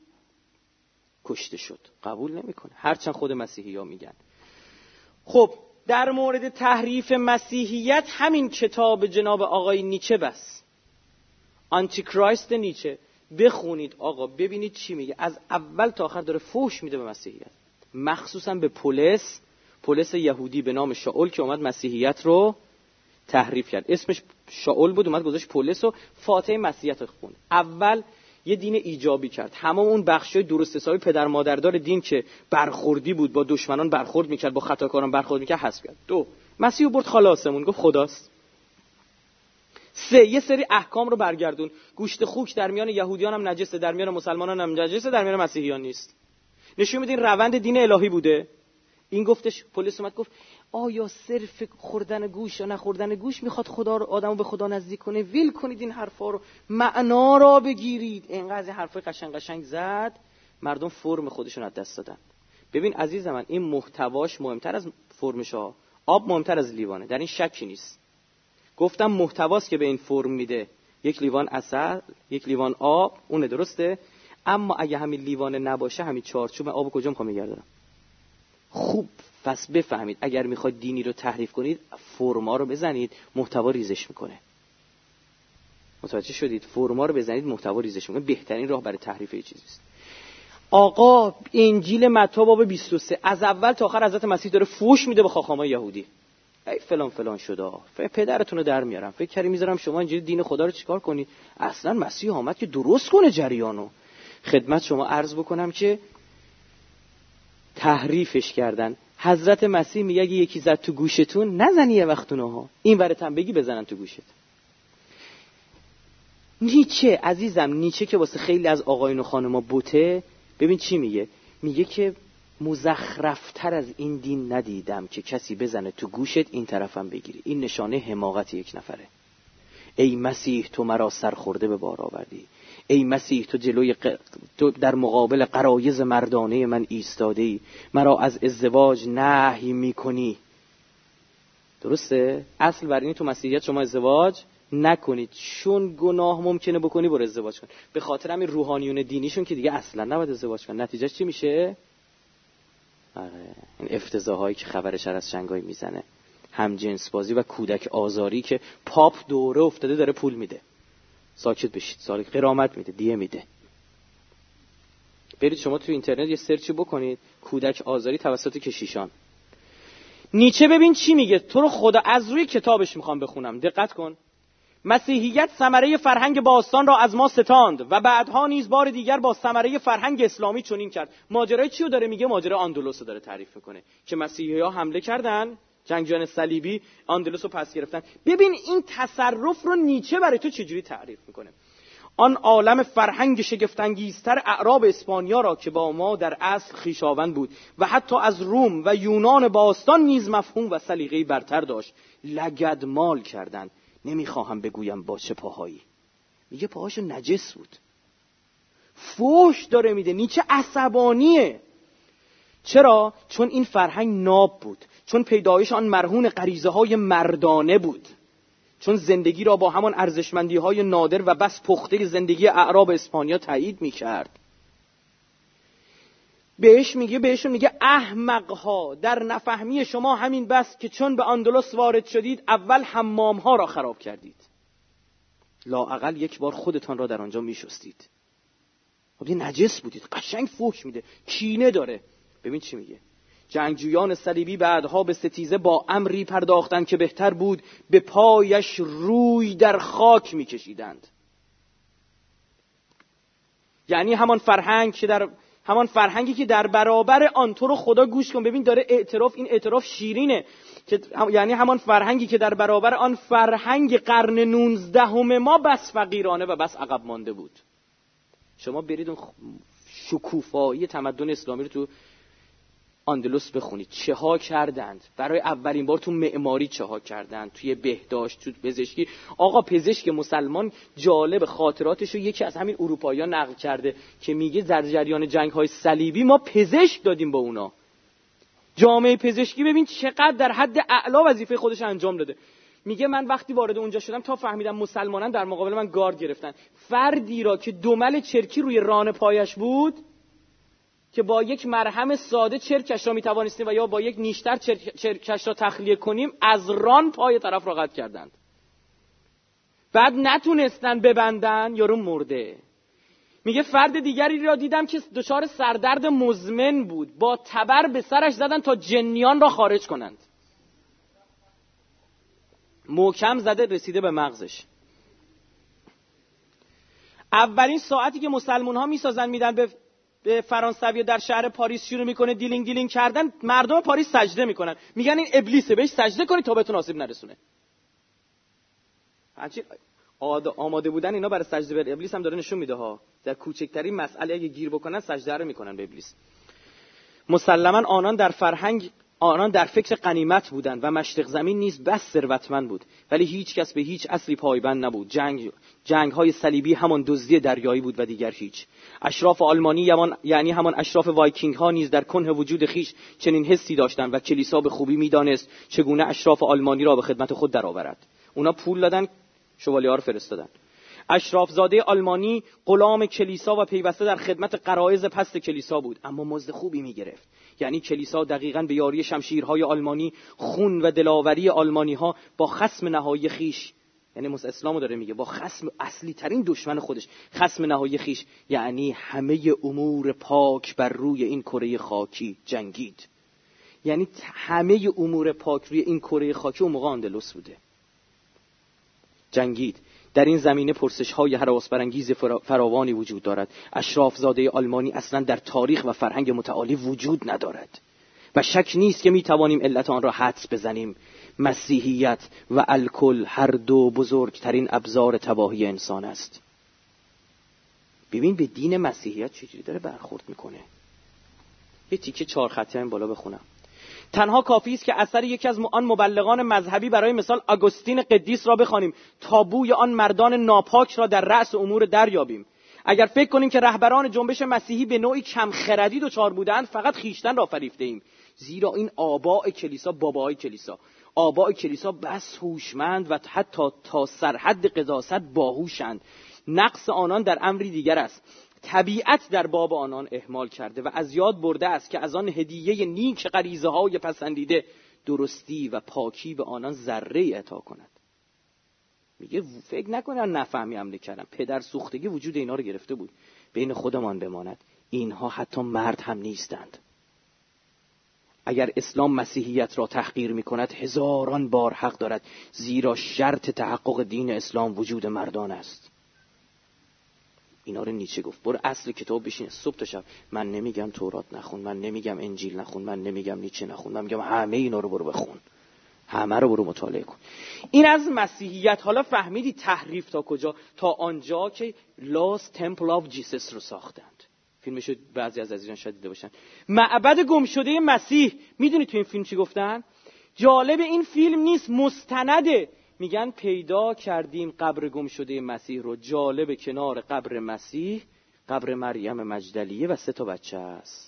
کشته شد. قبول نمیکنه، هرچند خود مسیحی ها میگن. خب در مورد تحریف مسیحیت همین کتاب جناب آقای نیچه، بس آنتی کرایست نیچه بخونید آقا، ببینید چی میگه. از اول تا آخر داره فحش میده به مسیحیت، مخصوصا به پولس یهودی به نام شاول که اومد مسیحیت رو تحریف کرد. اسمش شاول بود، اومد گذاشت پولس و فاتحه مسیحیت رو خوند. اول یه دین ایجابی کرد، تمام اون بخشای درست حسابی پدر مادردار دین که برخوردی بود، با دشمنان برخورد میکرد، با خطاکاران برخورد میکرد، حذف کرد. 2 مسیح رو برد خلاصمون، گفت خداست. 3 یه سری احکام رو برگردون. گوشت خوک در میان یهودیان هم نجسه، در میان مسلمانان هم نجسه، در میان مسیحیان نیست. نشون میدین روند دین الهی بوده. این گفتش، پلیس اومد گفت آیا صرف خوردن گوش یا نخوردن گوش میخواد خدا رو، آدمو به خدا نزدیک کنه؟ ویل کنید این حرفا رو، معنا را بگیرید. اینقدر این حرفای قشنگ زد، مردم فرم خودشون از دست دادن. ببین عزیز من، این محتواش مهمتر از فرمش ها. آب مهمتر از لیوانه، در این شکی نیست. گفتم محتواست که به این فرم میده. یک لیوان عسل، یک لیوان آب، اونه، درسته؟ اما اگه همین لیوانه نباشه، همین چارچوب، آب کجا میخوام بگردم؟ خوب پس بفهمید اگر میخواید دینی رو تحریف کنید، فرما رو بزنید، محتوا ریزش میکنه. متوجه شدید؟ فرما رو بزنید، محتوا ریزش میکنه. بهترین راه برای تحریف یه چیزی است. آقا انجیل متی باب 23 از اول تا آخر حضرت مسیح داره فوش میده به خاخامای یهودی. ای فلان فلان شده، پدرتون رو در میارم، فکر کردی میذارم شما اینجوری دین خدا رو چیکار کنید؟ اصلا مسیح آمد که درست کنه جریانو. خدمت شما عرض بکنم که تحریفش کردن. حضرت مسیح میگه اگه یکی زد تو گوشتون نزنی یه وقت اونها، این ورتم بگی بزنن تو گوشت. نیچه عزیزم، نیچه که واسه خیلی از آقایون و خانما بوته، ببین چی میگه؟ میگه که مزخرفتر از این دین ندیدم که کسی بزنه تو گوشت این طرفم بگیری. این نشانه حماقت یک نفره. ای مسیح تو مرا سرخورده به بار آوردی. ای مسیح تو تو در مقابل غرایز مردانه من ایستاده‌ای، مرا از ازدواج نهی میکنی. درسته؟ اصل بر این تو مسیحیت شما ازدواج نکنید، چون گناه ممکنه بکنی برو ازدواج کن. به خاطر همین روحانیون دینیشون که دیگه اصلا نباید ازدواج کن. نتیجهش چی میشه؟ آره، این افتضاحایی که خبر شر از شنگای میزنه، هم جنس بازی و کودک آزاری که پاپ دوره افتاده داره پول میده. ساکت بشید، سال قرامت میده، دیه میده. برید شما تو اینترنت یه سرچی بکنید، کودک آزاری توسط کشیشان. نیچه ببین چی میگه. تو رو خدا از روی کتابش میخوام بخونم، دقت کن. مسیحیت ثمره فرهنگ باستان را از ما ستاند و بعدها نیز بار دیگر با ثمره فرهنگ اسلامی چنین کرد. ماجرای چیو داره میگه؟ ماجرای اندلس رو داره تعریف میکنه که مسیحی‌ها حمله کردن، جنگجویان صلیبی اندلس رو پس گرفتن. ببین این تصرف رو نیچه برای تو چجوری تعریف میکنه. آن عالم فرهنگ شگفت‌انگیزتر اعراب اسپانیا را که با ما در اصل خویشاوند بود و حتی از روم و یونان باستان نیز مفهوم و سلیقه‌ای برتر داشت، لگدمال کردند. نمیخواهم بگویم با چه پاهایی. میگه پاهاشو نجس بود. فوش داره میده. نیچه عصبانیه. چرا؟ چون این فرهنگ ناب بود، چون پیدایش آن مرهون غریزه های مردانه بود، چون زندگی را با همان ارزشمندی های نادر و بس پخته زندگی اعراب اسپانیا تایید میکرد. بهشون میگه احمقها، در نفهمی شما همین بس که چون به اندلس وارد شدید اول حمام ها را خراب کردید، لااقل یک بار خودتان را در آنجا میشستید. خب یه نجس بودید. قشنگ فحش میده، کینه داره. ببین چی میگه. جنگجویان صلیبی بعدها به ستیزه با امری پرداختند که بهتر بود به پایش روی در خاک میکشیدند. یعنی همان فرهنگی که در برابر آن تو رو خدا گوش کن. ببین داره اعتراف، این اعتراف شیرینه، که یعنی همان فرهنگی که در برابر آن فرهنگ قرن 19 ما بس فقیرانه و بس عقب مانده بود. شما برید اون شکوفایی تمدن اسلامی رو تو اندلس بخونید. چه ها کردند برای اولین بار تو معماری، چه ها کردند توی بهداشت، تو پزشکی. آقا پزشک مسلمان جالب خاطراتشو یکی از همین اروپایی‌ها نقل کرده که میگه در جریان جنگ‌های صلیبی ما پزشک دادیم با اونا. جامعه پزشکی ببین چقدر در حد اعلا وظیفه خودش انجام داده. میگه من وقتی وارد اونجا شدم تا فهمیدم مسلمانان در مقابل من گارد گرفتن. فردی را که دمل چرکی روی ران پایش بود که با یک مرهم ساده چرکش را میتوانستیم و یا با یک نیشتر چرکش را تخلیه کنیم، از ران پای طرف را قطع کردند. بعد نتونستن ببندن، یارو مرده. میگه فرد دیگری را دیدم که دچار سردرد مزمن بود، با تبر به سرش زدن تا جنیان را خارج کنند. محکم زده رسیده به مغزش. اولین ساعتی که مسلمان ها میسازن میدن به فرانسوی در شهر پاریس شروع میکنه دیلینگ دیلینگ کردن، مردم پاریس سجده میکنن، میگن این ابلیسه، بهش سجده کنید تا بهتون آسیب نرسونه. همچین آماده بودن اینا برای سجده به ابلیس هم داره نشون میده ها. در کوچکترین مسئله اگه گیر بکنن سجده رو میکنن به ابلیس. مسلماً آنان در فکر غنیمت بودند و مشرق زمین نیز بس ثروتمند بود، ولی هیچ کس به هیچ اصلی پایبند نبود. جنگ های صلیبی همان دزدی دریایی بود و دیگر هیچ. اشراف آلمانی یعنی همان اشراف وایکینگ ها نیز در کنه وجود خیش چنین حسی داشتند و کلیسا به خوبی میدانست چگونه اشراف آلمانی را به خدمت خود درآورد. اونا پول دادن، شوالیه‌ها رو فرستادن. اشرافزاده آلمانی غلام کلیسا و پیوسته در خدمت غرایز پست کلیسا بود، اما مزد خوبی می‌گرفت. یعنی کلیسا دقیقاً به یاری شمشیرهای آلمانی، خون و دلاوری آلمانی‌ها با خصم نهایی خیش، یعنی اسلامو داره میگه، با خصم اصلی ترین دشمن خودش، خصم نهایی خیش، یعنی همه امور پاک بر روی این کره خاکی جنگید. یعنی همه امور پاک روی این کره خاکی اون موقع اندلس بوده، جنگید. در این زمینه پرسش‌های هراس برانگیز فراوانی وجود دارد. اشرافزاده آلمانی اصلا در تاریخ و فرهنگ متعالی وجود ندارد و شک نیست که می‌توانیم علت آن را حدس بزنیم. مسیحیت و الکل هر دو بزرگترین ابزار تباهی انسان است. ببین به دین مسیحیت چجوری داره برخورد میکنه. یه تیکه 4 خطی این بالا بخونم. تنها کافی است که اثر یکی از آن مبلغان مذهبی، برای مثال آگوستین قدیس را بخوانیم تا بوی آن مردان ناپاک را در رأس امور دریابیم. اگر فکر کنیم که رهبران جنبش مسیحی به نوعی کم خردی دچار بودند، فقط خیشتن را فریفته ایم. زیرا این آباء کلیسا، بابای کلیسا، آباء کلیسا بس هوشمند و حتی تا سرحد قداست باهوشند. نقص آنان در امری دیگر است. طبیعت در باب آنان اهمال کرده و از یاد برده است که از آن هدیه نیک غریزه های پسندیده درستی و پاکی به آنان ذره عطا کند. میگه فکر نکنن نفهمی حمله کردن، پدر سوختگی وجود اینا رو گرفته بود. بین خودمان بماند، اینها حتی مرد هم نیستند. اگر اسلام مسیحیت را تحقیر میکند هزاران بار حق دارد، زیرا شرط تحقق دین اسلام وجود مردان است. اینا رو نیچه گفت. برو اصل کتاب بشین صبح تا شب. من نمیگم تورات نخون، من نمیگم انجیل نخون، من نمیگم نیچه نخون، من میگم همه اینا رو برو بخون، همه رو برو مطالعه کن. این از مسیحیت. حالا فهمیدی تحریف تا کجا؟ تا آنجا که Lost Temple of Jesus رو ساختند. فیلمشو بعضی از عزیزان شاید دیده باشن، معبد گم شده مسیح. میدونی تو این فیلم چی گفتن؟ جالب این فیلم نیست، مستنده. میگن پیدا کردیم قبر گم شده مسیح رو. جالب کنار قبر مسیح قبر مریم مجدلیه و 3 بچه است.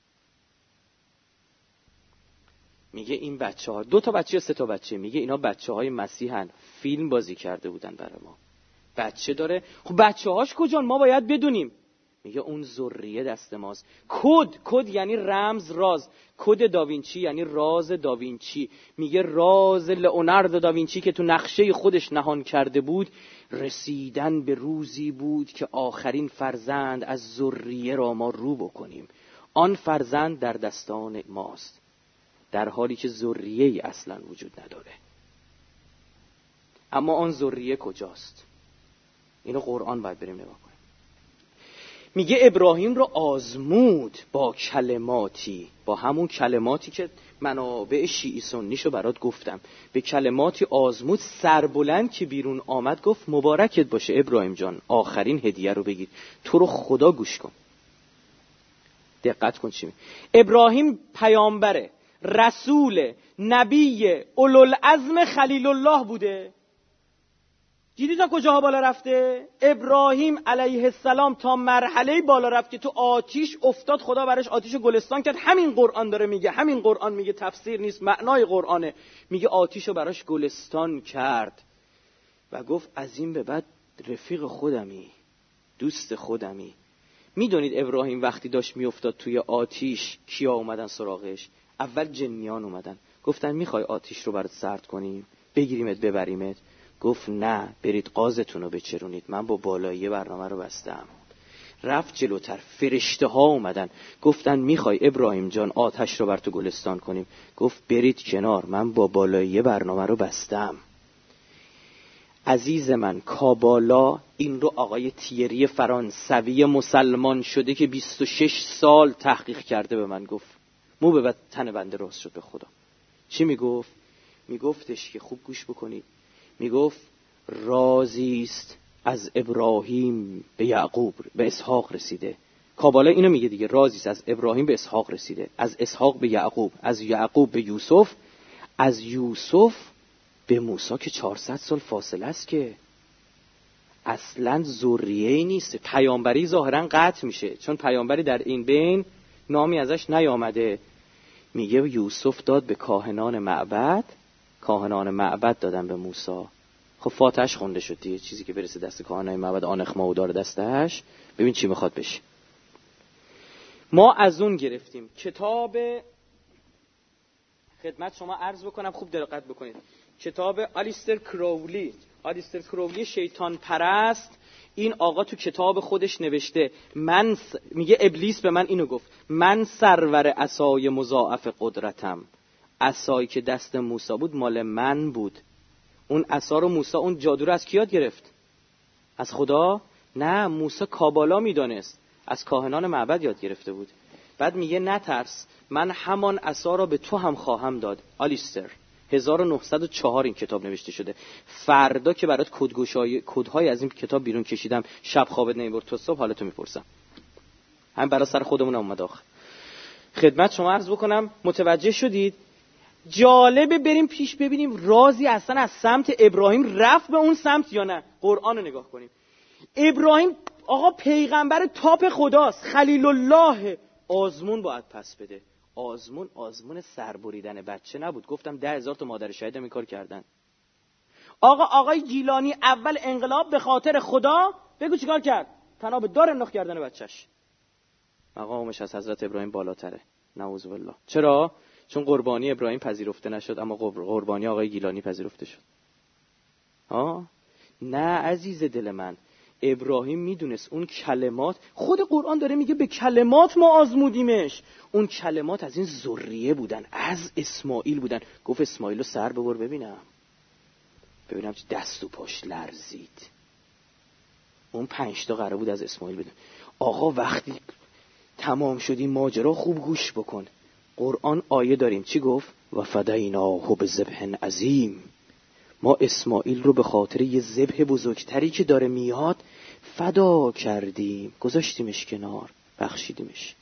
میگه این بچه‌ها 2 بچه یا 3 بچه، میگه اینا بچه‌های مسیحن، فیلم بازی کرده بودن برای ما. بچه داره. خب بچه‌هاش کجان؟ ما باید بدونیم. میگه اون ذریه دست ماست. کد یعنی رمز، راز. کد داوینچی یعنی راز داوینچی. میگه راز لئوناردو داوینچی که تو نقشه خودش نهان کرده بود، رسیدن به روزی بود که آخرین فرزند از ذریه را ما رو بکنیم. آن فرزند در دستان ماست، در حالی که ذریه‌ای اصلا وجود نداره. اما آن ذریه کجاست؟ اینو قرآن باید بریم نگاه کنیم. میگه ابراهیم رو آزمود با کلماتی، با همون کلماتی که منابع شیعی سنیشو برات گفتم، به کلماتی آزمود. سربلند که بیرون آمد گفت مبارکت باشه ابراهیم جان، آخرین هدیه رو بگیر، تو رو خدا گوش کن. دقت کن چی میگه. ابراهیم پیامبره، رسول، نبی، اولوالعزم خلیل الله بوده. دیدی تا کجاها بالا رفته؟ ابراهیم علیه السلام تا مرحله بالا رفت که تو آتیش افتاد، خدا برش آتیش گلستان کرد. همین قرآن داره میگه، همین قرآن میگه، تفسیر نیست، معنای قرآنه. میگه آتیشو براش گلستان کرد و گفت از این به بعد رفیق خودمی، دوست خودمی. میدونید ابراهیم وقتی داشت میافتاد توی آتیش، کیا اومدن سراغش؟ اول جنیان اومدن، گفتن میخوای آتیش رو برات سرد کنیم، بگیریمت ببریمت؟ گفت نه، برید قازتون رو بچرونید، من با بالایی برنامه رو بستم. رفت جلوتر، فرشته ها اومدن گفتن میخوای ابراهیم جان آتش رو بر تو گلستان کنیم؟ گفت برید کنار، من با بالایی برنامه رو بستم. عزیز من، کابالا این رو آقای تیری فرانسوی مسلمان شده که 26 سال تحقیق کرده به من گفت. مو به تن بنده راست شد به خدا. چی میگفت؟ میگفتش که خوب گوش بکنید، میگفت رازی است از ابراهیم به یعقوب به اسحاق رسیده. کابالا اینو میگه دیگه، رازی است از ابراهیم به اسحاق رسیده، از اسحاق به یعقوب، از یعقوب به یوسف، از یوسف به موسی که 400 سال فاصله است که اصلا ذریه‌ای نیست. پیامبری ظاهرا قطع میشه چون پیامبری در این بین نامی ازش نیامده. میگه یوسف داد به کاهنان معبد، کاهنان معبد دادن به موسی. خب فاتحش خونده شد دیگه، چیزی که برسه دست کاهنان معبد آنخما و داره دستش، ببین چی میخواد بشه. ما از اون گرفتیم. کتاب خدمت شما عرض بکنم، خوب دقت بکنید، کتاب آلیستر کرولی شیطان پرست، این آقا تو کتاب خودش نوشته، میگه ابلیس به من اینو گفت، من سرور عصای مضاعف قدرتم. عصایی که دست موسی بود مال من بود. اون عصا رو موسی، اون جادو رو از کی یاد گرفت؟ از خدا؟ نه، موسی کابالا میدانست، از کاهنان معبد یاد گرفته بود. بعد میگه نترس، من همان عصا را به تو هم خواهم داد. آلیستر 1904 این کتاب نوشته شده. فردا که برات کدهای از این کتاب بیرون کشیدم، شب خوابت نمیبرد تا صبح حالتو میپرسم. هم برای سر خودمون اومد آخه. خدمت شما عرض بکنم، متوجه شدید؟ جالبه بریم پیش ببینیم رازی اصلا از سمت ابراهیم رفت به اون سمت یا نه. قرآن رو نگاه کنیم. ابراهیم آقا پیغمبر تاپ خداست، خلیل الله. آزمون باید پس بده. آزمون سربریدن بچه نبود. گفتم 10,000 تا مادر شهید هم این کار کردن. آقای گیلانی اول انقلاب به خاطر خدا، بگو چیکار کرد؟ تناب دار انداخت گردن بچهش. مقامش از حضرت ابراهیم بالاتره. نعوذ بالله. چرا؟ چون قربانی ابراهیم پذیرفته نشد، اما قربانی آقای گیلانی پذیرفته شد. نه عزیز دل من، ابراهیم میدونست اون کلمات، خود قرآن داره میگه به کلمات ما آزمودیمش. اون کلمات از این ذریه بودن، از اسماعیل بودن. گفت اسماعیلو سر ببر ببینم چه دست و پاش لرزید. اون 5 تا قرار بود از اسماعیل بدن. آقا وقتی تمام شدی ماجرا خوب گوش بکن. قرآن آیه داریم چی گفت؟ و فدیناه بذبح عظیم. ما اسماعیل رو به خاطر یه ذبح بزرگتری که داره میاد فدا کردیم، گذاشتیمش کنار، بخشیدیمش.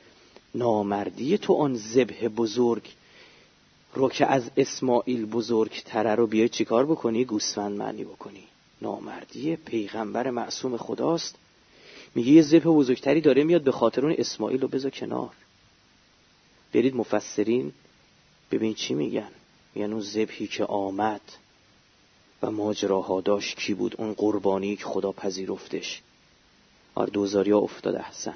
نامردی تو آن ذبح بزرگ رو که از اسماعیل بزرگتره رو بیای چیکار بکنی؟ گوسفند معنی بکنی. نامردی پیغمبر معصوم خداست. میگه یه ذبح بزرگتری داره میاد، به خاطر اون اسماعیل رو بذار کنار. برید مفسرین ببین چی میگن. میگن اون ذبحی که آمد و ماجراها داشت کی بود؟ اون قربانی که خدا پذیرفتش. دوزاریا افتاد. احسن.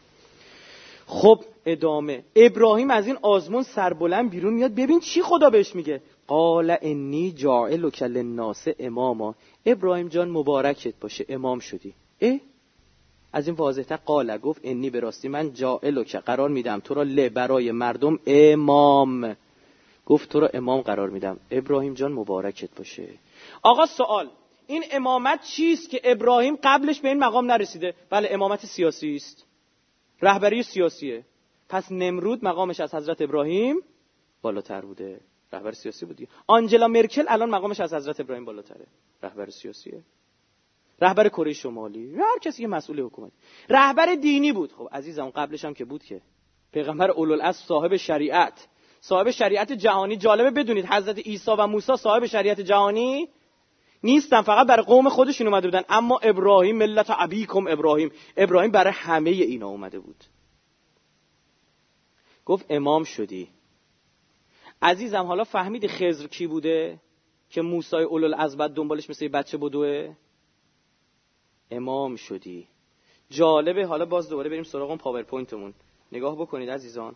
خب ادامه. ابراهیم از این آزمون سربلند بیرون میاد. ببین چی خدا بهش میگه. قال انی جاعلک للناس اماما. ابراهیم جان مبارکت باشه، امام شدی. از این واضح‌تر قال، گفت انی به راستی من جاعلک قرار میدم تو را برای مردم امام. گفت تو را امام قرار میدم. ابراهیم جان مبارکت باشه. آقا سوال، این امامت چیست که ابراهیم قبلش به این مقام نرسیده؟ بله، امامت سیاسی است، رهبری سیاسیه. پس نمرود مقامش از حضرت ابراهیم بالاتر بوده، رهبر سیاسی بودی. آنجلا مرکل الان مقامش از حضرت ابراهیم بالاتره، رهبر سیاسیه. رهبر کره شمالی، هر کسی که مسئول حکومت. رهبر دینی بود. خب عزیزم قبلش هم که بود که پیغمبر اولوالعزم، صاحب شریعت جهانی. جالبه بدونید حضرت عیسی و موسی صاحب شریعت جهانی نیستن، فقط برای قوم خودشون اومده بودن. اما ابراهیم ملت ابیکم ابراهیم برای همه اینا اومده بود. گفت امام شدی. عزیزم حالا فهمیدی خضر کی بوده که موسی اولوالعزم دنبالش مثل بچه بدوه؟ امام شدی. جالبه. حالا باز دوباره بریم سراغ اون پاورپوینتمون. نگاه بکنید عزیزان.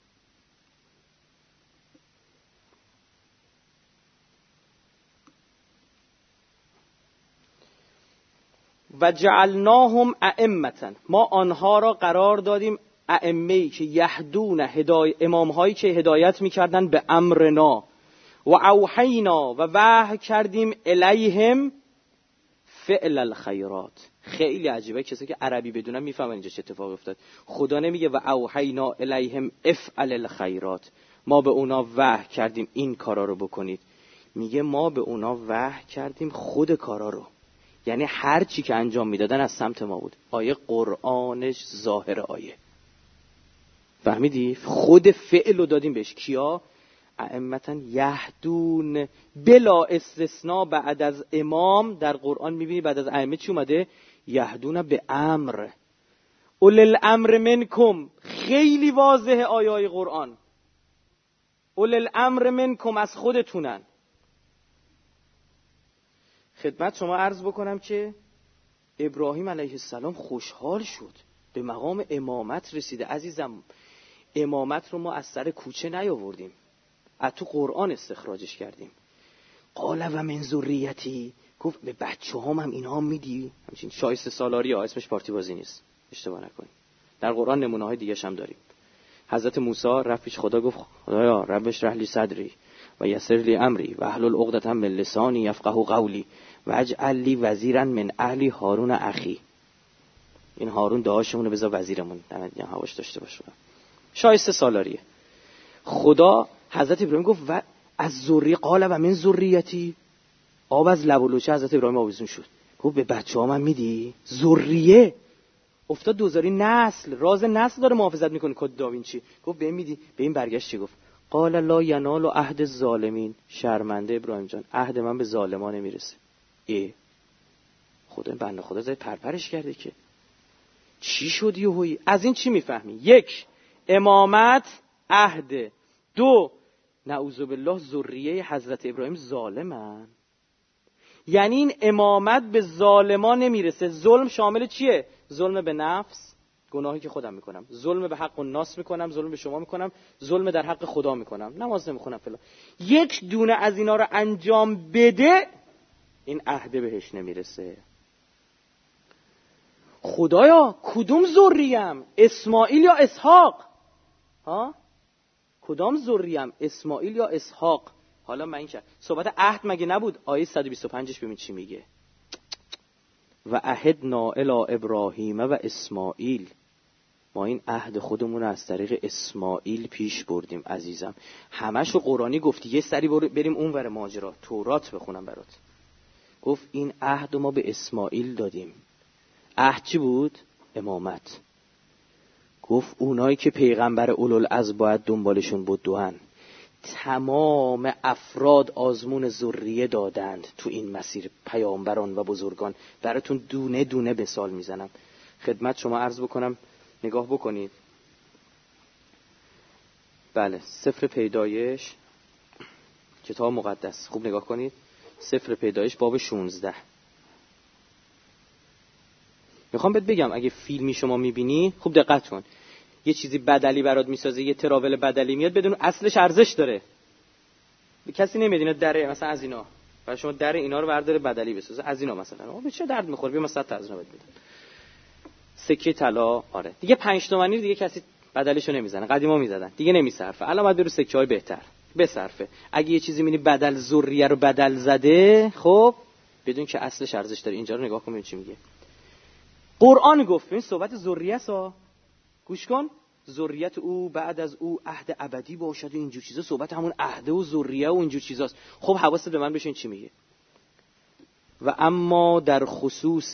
و جعلناهم ائمة، ما آنها را قرار دادیم ائمه‌ای که یهدون، امام‌هایی که هدایت می‌کردن به امرنا، و اوحینا، و وحی کردیم الیهم فعل الخیرات. خیلی عجیبه، کسی که عربی بدونن میفهمن اینجا چه اتفاقی افتاد. خدا نمیگه و اوحینا الیهم افعل الخیرات، ما به اونا وحی کردیم این کارا رو بکنید. میگه ما به اونا وحی کردیم خود کارا رو، یعنی هر چی که انجام میدادن از سمت ما بود. آیه قرآنش ظاهر آیه، فهمیدی؟ خود فعل رو دادیم بهش. کیا؟ ائمتا یهدون بلا استثناء. بعد از امام در قرآن میبینی بعد از ائمه چی اومده؟ یهدون به امر. اولی الامر منکم، خیلی واضحه آیه قرآن. اولی الامر منکم، از خودتونن. خدمت شما عرض بکنم که ابراهیم علیه السلام خوشحال شد، به مقام امامت رسیده. عزیزم امامت رو ما از سر کوچه نیاوردیم، از تو قرآن استخراجش کردیم. قال و من ذریتی، گفت به بچه هم اینا هم میدی؟ همچین شایسته سالاری ها، اسمش پارتی بازی نیست، اشتباه نکنیم. در قرآن نمونه های دیگه هم داریم. حضرت موسی رفت پیش خدا، گفت خدایا رب اشرح لی صدری و یسر لی امری و احلل عقدة من لسانی یفقهوا قولی و اجعل لی وزیرا من اهلی هارون اخی. این هارون داداشمون رو بذار وزیرمون، دمت هواش داشته باشه. شایسته سالاریه. خدا حضرت ابراهیم گفت و از ذریه، قال و من ذریتی، آب از لب و لوچه حضرت ابراهیم آویزون شد. گفت به بچه‌ها من میدی؟ ذریه افتاد دوزاری، نسل، راز نسل داره محافظت میکنه کد داوینچی. گفت به این میدی؟ به این برگشت چی گفت؟ قال لا ینال عهد الظالمین. شرمنده ابراهیم جان، عهد من به ظالمان نمیرسه. خدا بنده خدا زای پرپرش کرده که چی شد یهویی؟ از این چی میفهمی؟ یک، امامت عهد. دو، نعوذ بالله ذریه حضرت ابراهیم ظالمن. یعنی این امامت به ظالمان نمیرسه. ظلم شامل چیه؟ ظلم به نفس، گناهی که خودم میکنم، ظلم به حق الناس میکنم، ظلم به شما میکنم، ظلم در حق خدا میکنم، نماز نمیخونم فلان. یک دونه از اینا رو انجام بده، این عهد بهش نمیرسه. خدایا کدوم ذریم؟ اسماعیل یا اسحاق؟ کدام ذریم؟ اسماعیل یا اسحاق؟ حالا من این که صحبت عهد مگه نبود؟ آیه 125ش ببین چی میگه. و عهدنا الی ابراهیم و اسماعیل، ما این عهد خودمون رو از طریق اسماعیل پیش بردیم. عزیزم همشو قرآنی گفتی، یه سری بریم اون ور ماجرا، تورات بخونم برات. گفت این عهد ما به اسماعیل دادیم. عهد چی بود؟ امامت. گفت اونایی که پیغمبر اولوالعزم باید دنبالشون بدوهن. تمام افراد آزمون ذریه دادند تو این مسیر، پیامبران و بزرگان. براتون دونه دونه مثال میزنم. خدمت شما عرض بکنم، نگاه بکنید. بله، سفر پیدایش، کتاب مقدس، خوب نگاه کنید. سفر پیدایش باب 16. میخوام بهت بگم اگه فیلمی شما میبینی خوب دقت کن. یه چیزی بدلی برات میسازه، یه تراول بدلی میاد، بدون اصلش ارزش داره. به کسی نمیاد اینا دره مثلا از اینا، برای شما در اینا رو برداره بدلی بسازه از اینا مثلا. به چه درد میخوره؟ بیا مثلا از اینا بده. سکه طلا، آره دیگه 5 تومانی دیگه کسی بدلشو نمیزنه. قدیما میزدن، دیگه نمیصرفه. الان باید برو سکه های بهتر بصرفه. اگه یه چیزی میبینی بدل ذریه رو بدل زده، خب بدون که اصلش ارزش داره. اینجا رو نگاه کن چی میگه. قرآن گفت این صحبت ذریه است، گوش کن. ذریت او بعد از او عهد ابدی باشد و اینجور چیزا. صحبت همون عهد و ذریه و اینجور چیزاست. خب حواست به من بشه چی میگه. و اما در خصوص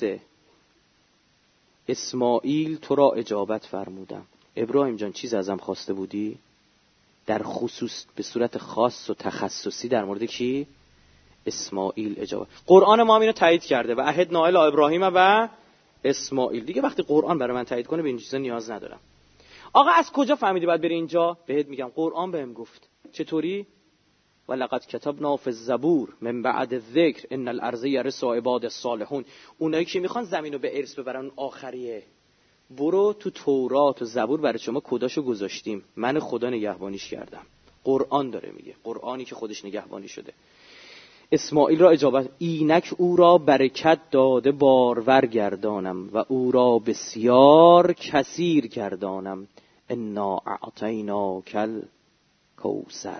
اسماعیل تو را اجابت فرمودم. ابراهیم جان چیز ازم خواسته بودی؟ در خصوص به صورت خاص و تخصصی در مورد کی؟ اسماعیل اجابت. قرآن ما هم اینو تایید کرده و عهدنا الی ابراهیم و اسماعیل. دیگه وقتی قرآن برای من تایید کنه به این چیزا نیاز ندارم. آقا از کجا فهمیدی باید بری اینجا؟ بهت میگم قرآن بهم گفت. چطوری؟ ولقد کتبنا فی الزبور من بعد الذکر ان الارض یرثها عباد الصالحون. اونایی که میخوان زمینو به ارث ببرن آخریه. برو تو تورات و زبور برای شما کداشو گذاشتیم. من خدا نگهبانیش کردم. قرآن داره میگه. قرآنی که خودش نگهبانی شده. اسماعیل را اجابت، اینک او را برکت داده بارور گردانم و او را بسیار کثیر گردانم. انا اعطیناک الکوثر.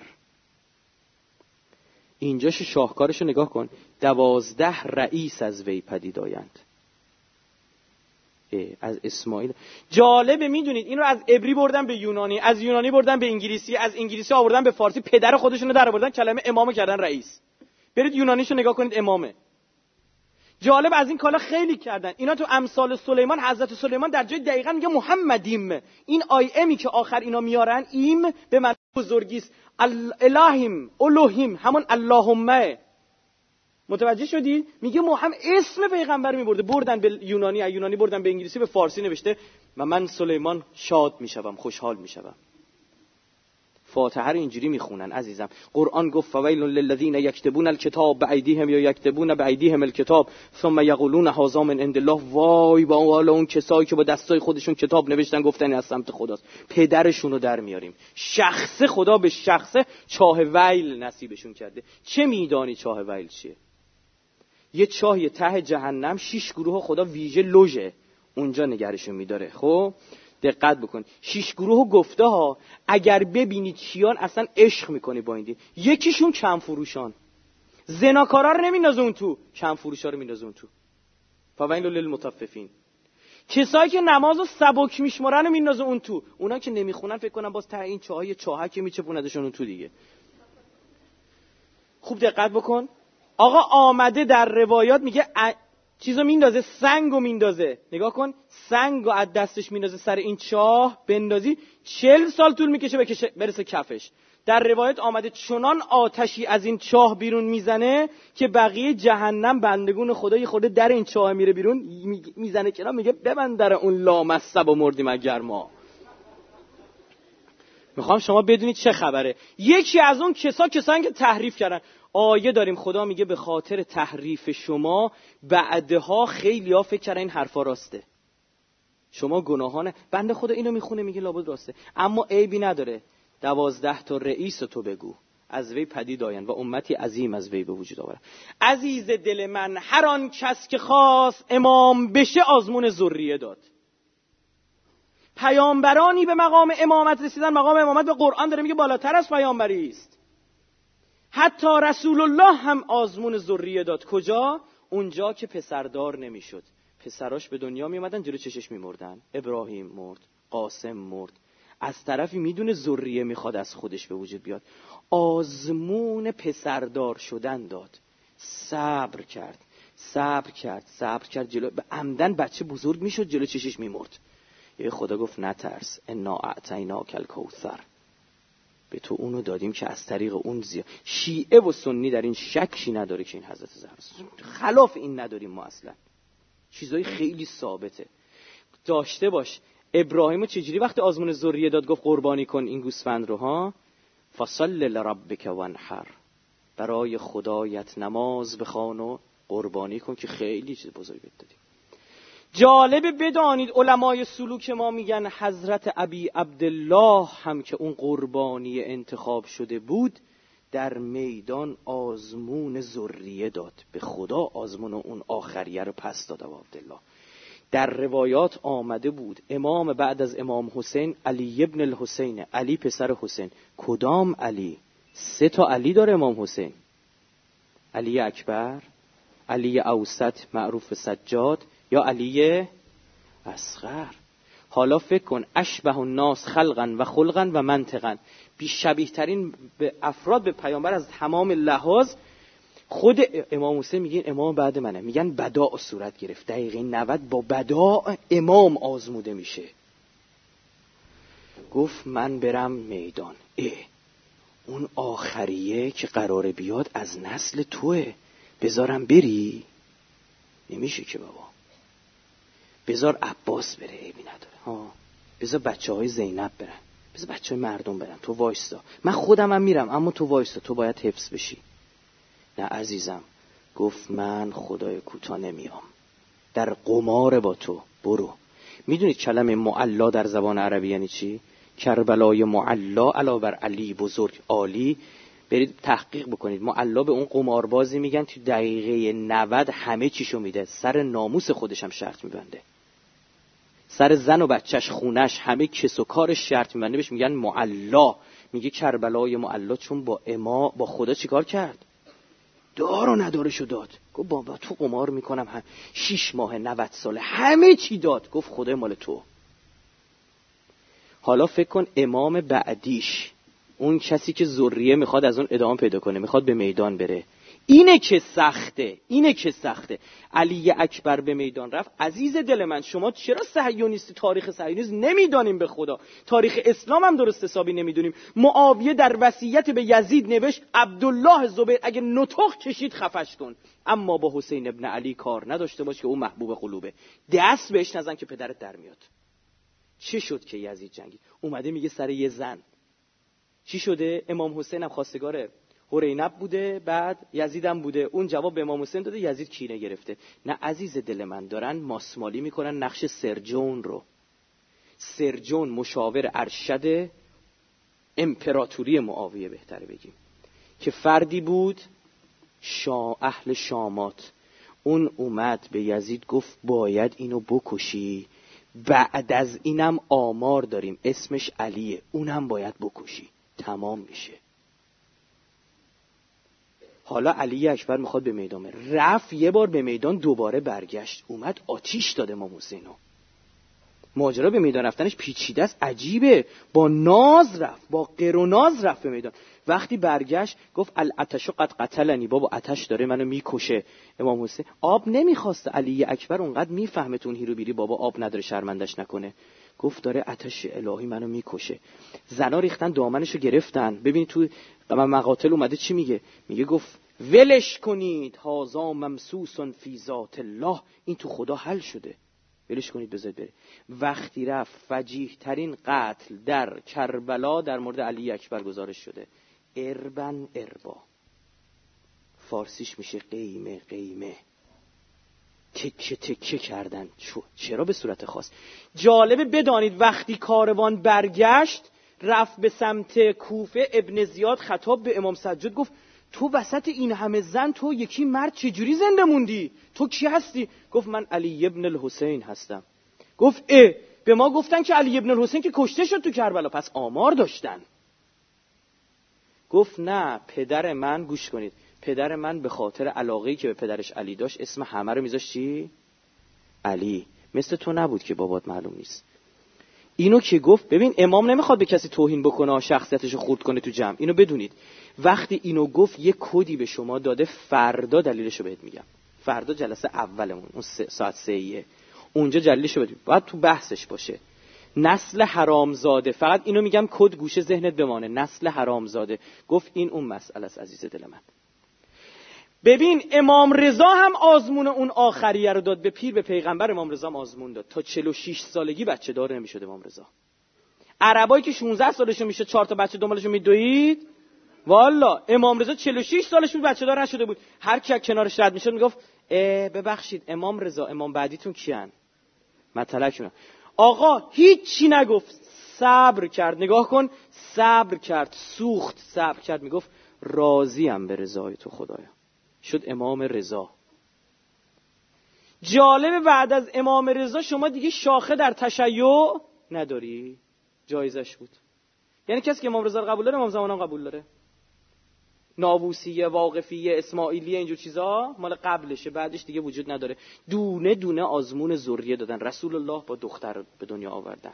اینجاش شاهکارشو نگاه کن. 12 رئیس از وی پدید آیند. از اسماعیل. جالبه میدونید این رو از عبری بردن به یونانی، از یونانی بردن به انگلیسی، از انگلیسی آوردن به فارسی. پدر خودشونو در آوردن، کلمه امامو کردن رئیس. برید یونانیشو نگاه کنید، امامه. جالب از این کالا خیلی کردن اینا. تو امثال سلیمان حضرت سلیمان در جای دقیقاً میگه محمدیم. این امی که آخر اینا میارن، ایم به معنی بزرگی است. الهیم، الوهیم، همون اللهمه. متوجه شدی؟ میگه محمد اسم پیغمبر میبرده، بردن به یونانی بردن به انگلیسی، به فارسی نوشته و من سلیمان شاد میشوم، خوشحال میشوم. فاتحه رو اینجوری میخونن عزیزم. قرآن گفت فویل للذین یکتبون الکتاب بایدیهم یا یکتبون بایدیهم الکتاب ثم یقولون هذا من عند الله. وای با اون کسایی که با دستای خودشون کتاب نوشتن گفتن از سمت خداست، پدرشون رو در میاریم. شخص خدا به شخص چاه ویل نصیبشون کرده. چه میدانی چاه ویل چیه؟ یه چاهی ته جهنم، 6 گروه خدا ویژه لوژه اونجا نگرشون میداره. خب دقت بکن، 6 گروه گفته ها، اگر ببینی چیان اصلا عشق میکنی با این دین. یکیشون کم فروشان، زناکارا رو نمیندازه اون تو، کم فروشا رو میندازه اون تو. فویل للمطففین. کسایی که نمازو سبک میشمارن رو میندازه اون تو. اونا که نمیخونن فکر کنن باز ته این چاهای چاهک میچپوندشون اون تو دیگه. خوب دقت بکن. آقا آمده در روایات میگه چیزو میندازه، سنگو میندازه. نگاه کن، سنگو از دستش میندازه سر این چاه بندازی 40 سال طول میکشه برسه کفش. در روایت آمده چنان آتشی از این چاه بیرون میزنه که بقیه جهنم بندگون خدا یه خورده در این چاه میره بیرون، میزنه کنار، میگه ببند در اون لامصب و مردیم اگر ما. میخوام شما بدونید چه خبره. یکی از اون کسایی که تحریف کردن. آیه داریم خدا میگه به خاطر تحریف شما بعدها خیلی‌ها فکر کردن این حرفا راسته. شما گناهانه. بنده خدا اینو میخونه میگه لابد راسته، اما عیبی نداره. 12 تا رئیس تو بگو از وی پدید آیند و امتی عظیم از وی به وجود آورد. عزیز دل من، هر آن کس که خواست امام بشه آزمون ذریه داد. پیامبرانی به مقام امامت رسیدن. مقام امامت به قرآن داره میگه بالاتر از پیامبری است. حتی رسول الله هم آزمون ذریه داد. کجا؟ اونجا که پسردار نمیشد. پسراش به دنیا می اومدن، جلو چشش میمردن. ابراهیم مرد، قاسم مرد. از طرفی میدونه ذریه میخواد از خودش به وجود بیاد، آزمون پسردار شدن داد. صبر کرد جلو عمدن بچه بزرگ میشد، جلو چشش میمرد. یه خدا گفت نترس، انا اعطیناک الکوثر، به تو اونو دادیم که از طریق اون شیعه و سنی در این شکی نداره که این حضرت زهرا، خلاف این نداریم ما اصلا. چیزای خیلی ثابته. داشته باش ابراهیمو چجوری وقتی آزمون ذریه داد گفت قربانی کن این گوسفند رو ها، فصل لربک وانحر، برای خدایت نماز بخوان و قربانی کن، که خیلی چیز بزرگی دادیم. جالبه بدانید علمای سلوک ما میگن حضرت ابی عبدالله هم که اون قربانی انتخاب شده بود در میدان آزمون ذریه داد، به خدا آزمون اون آخریه رو پس داد. ابو عبدالله در روایات آمده بود امام بعد از امام حسین علی ابن الحسین، علی پسر حسین. کدام علی؟ 3 تا علی داره امام حسین، علی اکبر، علی اوسط معروف سجاد، یا علی اصغر. حالا فکر کن اشبه الناس خلقا و خلقا و منطقا، بیشبیه ترین به افراد به پیامبر از تمام لحاظ. خود امام حسین میگن امام بعد منه، میگن بداع صورت گرفت. دقیقه 90 با بداع امام آزموده میشه. گفت من برم میدان، اون آخریه که قراره بیاد از نسل توه، بذارم بری؟ نمیشه که بابا، بذار عباس بره، عیبی نداره. بذار بچه‌های زینب برن، بذار بچه‌های مردم برن، تو وایستا، من خودم هم میرم اما تو وایستا، تو باید حفظ بشی. نه عزیزم، گفت من خدای کوتا نمیام، در قمار با تو، برو. میدونید کلمه معلا در زبان عربی یعنی چی؟ کربلای معلا علاوه بر علی بزرگ عالی. برید تحقیق بکنید. معلا به اون قماربازی میگن تو دقیقه 90 همه چیشو میده، سر ناموس خودش هم شرط میبنده، سر زن و بچهش، خونش، همه کس و کارش شرط میبنده، بهش میگن معلا. میگه کربلای معلا چون با خدا چیکار کرد؟ دار و ندارشو داد. گفت بابا تو قمار میکنم، 6 ماه 90 ساله همه چی داد. گفت خدای مال تو. حالا فکر کن امام بعدیش، اون کسی که ذریه میخواد از اون ادامه پیدا کنه، میخواد به میدان بره، اینه که سخته. علی اکبر به میدان رفت. عزیز دل من، شما چرا صهیونیستی تاریخ صهیونیسم نمیدانیم؟ به خدا تاریخ اسلام هم درست حسابی نمیدونیم. معاویه در وصیت به یزید نوشت عبدالله زبیر اگه نطق کشید خفش کن، اما با حسین ابن علی کار نداشته باش که او محبوب قلوبه. دست بهش نزن که پدرت در میاد. چی شد که یزید جنگید؟ اومده میگه سر یه زن. چی شده؟ امام حسین هم خواستگار هرینب بوده، بعد یزیدم بوده. اون جواب به امام حسین داده، یزید کینه گرفته. نه عزیز دل من، دارن ماسمالی میکنن نقش سرجون رو. سرجون مشاور ارشد امپراتوری معاویه بهتره بگیم، که فردی بود اهل شامات. اون اومد به یزید گفت باید اینو بکشی، بعد از اینم آمار داریم اسمش علیه، اونم باید بکشی، تمام میشه. حالا علی اکبر میخواد به میدان بره. رفت یه بار به میدان، دوباره برگشت، اومد آتیش داد امام حسینو. ماجرا به میدان رفتنش پیچیده است، عجیبه. با ناز رفت، با قر و ناز رفت به میدان. وقتی برگشت گفت العطش قد قتلنی، بابا آتش داره منو میکشه. امام حسین آب نمیخواست. علی اکبر اونقدر میفهمه تو اون هیرو بیری بابا آب نداره شرمندش نکنه. گفت داره آتش الهی منو میکشه. زنا ریختن دامنشو گرفتن. ببینید تو مقاتل اومده چی میگه؟ میگه گفت ولش کنید، هازا ممسوس فی ذات الله، این تو خدا حل شده، ولش کنید بذارید بره. وقتی رفت فجیح ترین قتل در کربلا در مورد علی اکبر گزارش شده. اربن اربا، فارسیش میشه قیمه قیمه، تکه تکه کردن. چرا به صورت خاص؟ جالبه بدانید وقتی کاروان برگشت رفت به سمت کوفه، ابن زیاد خطاب به امام سجاد گفت تو وسط این همه زن، تو یکی مرد چجوری زنده موندی؟ تو کی هستی؟ گفت من علی ابن الحسین هستم. گفت به ما گفتن که علی ابن الحسین که کشته شد تو کربلا، پس آمار داشتن. گفت نه، پدر من، گوش کنید، پدر من به خاطر علاقه‌ای که به پدرش علی داشت اسم همه رو میذاشت چی؟ علی. مثل تو نبود که بابات معلوم نیست. اینو که گفت، ببین امام نمیخواد به کسی توهین بکنه، شخصیتشو خورد کنه تو جمع. اینو بدونید. وقتی اینو گفت یه کدی به شما داده، فردا دلیلشو بهت میگم. فردا جلسه اولمون اون ساعت 3 اونجا دلیلشو بهت میگم. باید تو بحثش باشه. نسل حرامزاده، فقط اینو میگم کد گوشه ذهنت بمانه. نسل حرامزاده. گفت این اون مسئله است عزیز دل من. ببین امام رضا هم آزمون اون آخریه رو داد به پیر، به پیغمبر. امام رضا هم آزمون داد. تا 46 سالگی بچه دار نمیشد امام رضا. عربایی که 16 سالشون میشه 4 تا بچه دنبالشون میدوید، والا امام رضا 46 سالش بود بچه دار نشده بود. هر کی کنارش رد میشد میگفت ببخشید امام رضا، امام بعدیتون کیان؟ مطلقشون. آقا هیچی نگفت، صبر کرد. نگاه کن، صبر کرد، سوخت، صبر کرد. میگفت راضیم به رضای تو خدایا. شد امام رضا. جالب بعد از امام رضا شما دیگه شاخه در تشیع نداری. جایزش بود. یعنی کسی که امام رضا رو قبول داره امام زمان هم قبول داره. ناووسیه، واقفیه، اسماعیلیه، اینجور چیزا مال قبلشه، بعدش دیگه وجود نداره. دونه دونه آزمون ذریه دادن. رسول الله با دختر به دنیا آوردن،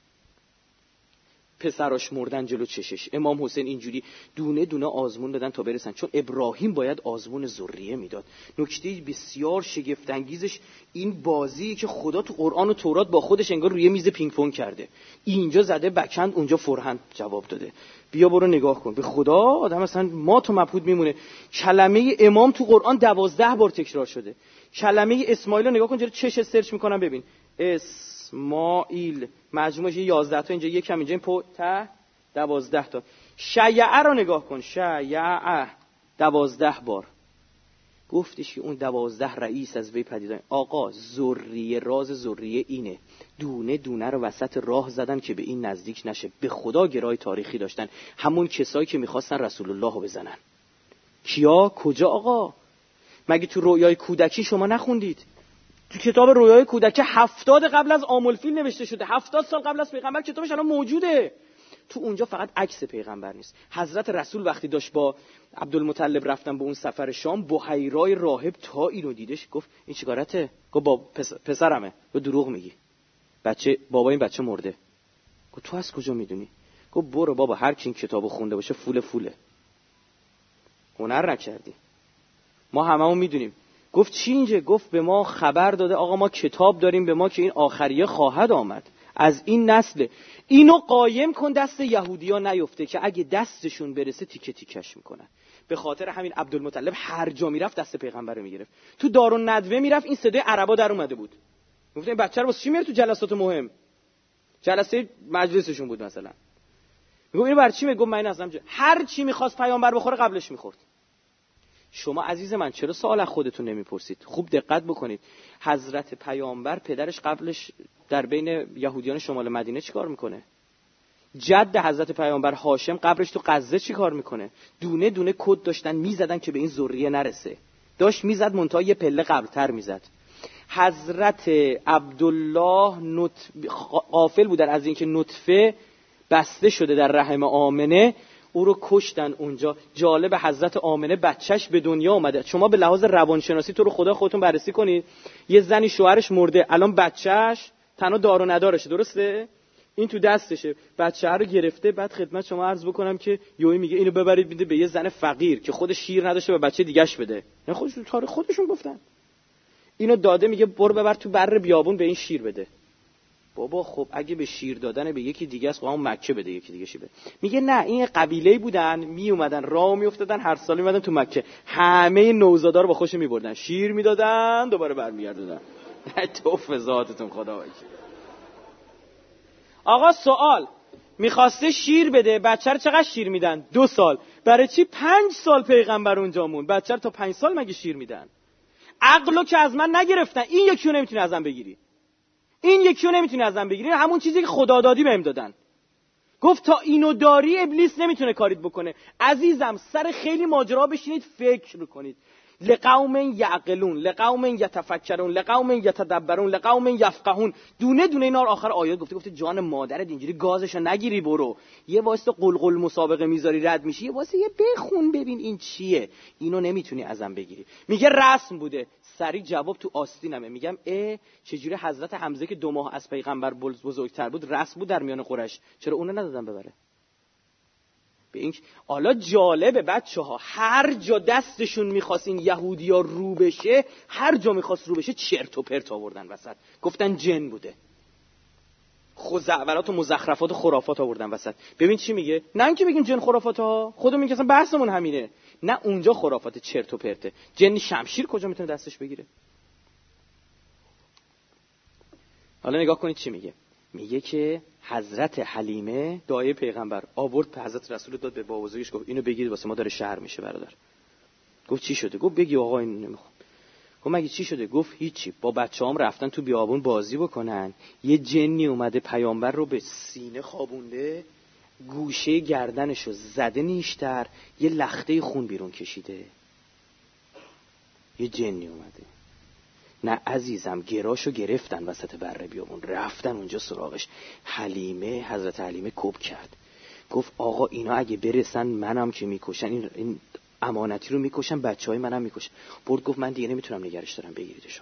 پسراش مردن جلو چشش. امام حسین اینجوری دونه دونه آزمون دادن تا برسن، چون ابراهیم باید آزمون ذریه میداد. نکته بسیار شگفت انگیزش این بازی که خدا تو قرآن و تورات با خودش انگار روی میز پینگ پونگ کرده. اینجا زده بکند، اونجا فورهند جواب داده. بیا برو نگاه کن. به خدا آدم اصلا ما تو مبهوت میمونه. کلمه امام تو قرآن 12 بار تکرار شده. کلمه اسماعیل رو نگاه کن، جلو چش سرچ میکنم ببین. اسماعیل مجموعش 11 تا، اینجا یکم، اینجا این تا 12 تا. شیعه رو نگاه کن، شیعه 12 بار. گفتش که اون 12 رئیس از وی پدیدن. آقا ذریه، راز ذریه اینه. دونه دونه رو وسط راه زدن که به این نزدیک نشه. به خدا گرای تاریخی داشتن، همون کسایی که میخواستن رسول الله رو بزنن. کیا؟ کجا آقا؟ مگه تو رویای کودکی شما نخوندید؟ تو کتاب رویای کودکی 70 قبل از عام الفیل نوشته شده. 70 سال قبل از پیغمبر کتابش الان موجوده. تو اونجا فقط عکس پیغمبر نیست. حضرت رسول وقتی داشت با عبدالمطلب رفتن به اون سفر شام، بحیرای راهب تا اینو دیدش گفت این چیکارته؟ گفت با پسرمه. گفت دروغ میگی، بچه بابا این بچه مرده. گفت تو از کجا میدونی؟ گفت برو بابا، هر کی این کتابو خونده باشه فوله. هنر نکردی. ما هممون میدونیم. گفت چی اینجا؟ گفت به ما خبر داده آقا ما کتاب داریم به ما که این آخریه خواهد آمد، از این نسل. اینو قایم کن دست یهودیا نیفته که اگه دستشون برسه تیکه تیکش میکنن. به خاطر همین عبدالمطلب هر جا میرفت دست پیغمبر رو میگرفت. تو دارالندوه میرفت این صدای عربا در اومده بود. گفت این بچه رو واسه چی میاره تو جلسات مهم؟ جلسه مجلسشون بود مثلا. میگم اینو برای چی میگم؟ من ازم هر چی میخواست پیامبر بخوره قبلش میخورد. شما عزیز من چرا سوال از خودتون نمیپرسید؟ خوب دقت بکنید. حضرت پیامبر پدرش قبلش در بین یهودیان شمال مدینه چیکار میکنه؟ جد حضرت پیامبر هاشم قبرش تو غزه چیکار میکنه؟ دونه دونه کد داشتن میزدن که به این ذریه نرسه. داشت میزد منتها یه پله قبلتر میزد. حضرت عبدالله غافل بودن از اینکه نطفه بسته شده در رحم آمنه، او رو کشتن اونجا. جالب حضرت آمنه بچهش به دنیا اومده. شما به لحاظ روانشناسی تو رو خدا خودتون بررسی کنید. یه زنی شوهرش مرده، الان بچهش تنها دار و ندارشه، درسته؟ این تو دستشه، بچه رو گرفته. بعد خدمت شما عرض بکنم که یوی میگه اینو ببرید میده به یه زن فقیر که خودش شیر نداشته به بچه دیگه‌اش بده. نه خودشون تاریخ خودشون گفتن. اینو داده، میگه برو ببر تو بر بیابون به این شیر بده. بابا خب اگه به شیر دادن به یکی دیگه است، اون مکه بده یکی دیگه شیر بده. میگه نه، این قبیله‌ای بودن می اومدن راه میافتادن، هر سال میمدن تو مکه، همه نوزادا رو با خوش میبردن، شیر میدادن، دوباره برمیگردوندن. توف ذاتتون خدا وکیل. آقا سوال، میخواسته شیر بده، بچه رو چقدر شیر میدن؟ 2 سال. برای چی 5 سال پیغمبر اونجا مون؟ بچه رو تا 5 سال مگه شیر میدن؟ عقلو که از من نگرفتن، این یکیو نمیتونی ازم بگیری. این یکیو نمیتونی ازم بگیری. همون چیزی که خدا دادی بهم دادن. گفت تا اینو داری ابلیس نمیتونه کاریت بکنه. عزیزم سر خیلی ماجرا بشینید فکر کنید. لقوم یعقلون، لقوم یتفکرون، لقوم یتدبرون، لقوم یفقهون. دونه دونه اینا رو آخر آیات گفته جان مادرت اینجوری گازشو نگیری، برو یه واسه قلقل مسابقه میذاری رد میشی، یه واسه یه بخون ببین این چیه. اینو نمیتونی ازم بگیری. میگه رسم بوده. سری جواب تو آستینمه. میگم چجوری حضرت حمزه که 2 ماه از پیغمبر بزرگتر بود رسم بود در میان قریش، چرا اونو ندادن ببره؟ به این حالا جالبه بچه‌ها، هر جا دستشون می‌خواست این یهودی‌ها رو بشه، هر جا می‌خواست رو بشه چرت و پرت آوردن وسط. گفتن جن بوده. خزعبلات و مزخرفات و خرافات آوردن وسط. ببین چی میگه؟ نه اینکه بگیم جن خرافات ها، خودمون میگیم اصلا بحثمون همینه. نه اونجا خرافات چرت و پرته. جن شمشیر کجا میتونه دستش بگیره؟ حالا نگاه کنید چی میگه. میگه که حضرت حلیمه دایه پیغمبر آورد به حضرت رسول داد به بابازویش، گفت اینو بگید واسه ما داره شهر میشه برادر. گفت چی شده؟ گفت بگی آقا این نمیخوام. گفت مگه چی شده؟ گفت هیچی، با بچه‌هام رفتن تو بیابون بازی بکنن، یه جنی اومده پیامبر رو به سینه خوابونده، گوشه گردنشو زده نیشتر، یه لخته خون بیرون کشیده. یه جنی اومده. نه عزیزم، گراشو گرفتن وسط بره بیابون، رفتن اونجا سراغش. حضرت حلیمه کپ کرد، گفت آقا اینا اگه برسن منم که میکشن، این امانتی رو میکشن، بچهای منم میکشن. برد گفت من دیگه نمیتونم نگرش دارم، بگیریدش.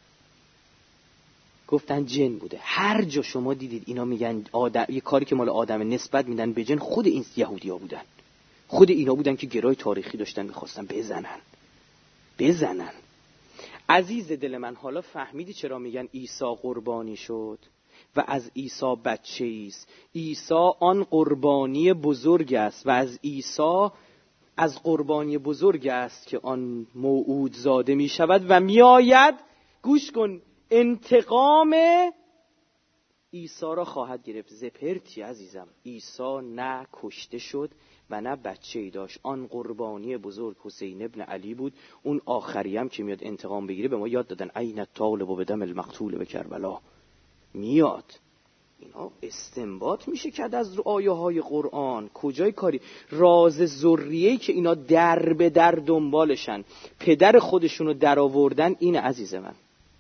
گفتن جن بوده. هر جا شما دیدید اینا میگن یه کاری که مال آدم نسبت میدن به جن، خود این یهودی‌ها بودن، خود اینا بودن که گرای تاریخی داشتن، میخواستن بزنن. عزیز دل من، حالا فهمیدی چرا میگن عیسی قربانی شد و از عیسی بچه ایست؟ عیسی آن قربانی بزرگ است و از عیسی از قربانی بزرگ است که آن موعود زاده می شود و می آید، گوش کن، انتقام عیسی را خواهد گرفت. زپرتی عزیزم، عیسی نه کشته شد و نه بچه‌ای داشت. آن قربانی بزرگ حسین ابن علی بود. اون آخری هم که میاد انتقام بگیره، به ما یاد دادن عین الطالب و بدم المقتول به کربلا میاد. اینا استنباط میشه کرد از آیه های قرآن. کجای کاری؟ راز ذریه‌ای که اینا در به در دنبالشن، پدر خودشونو در آوردن. این عزیز من،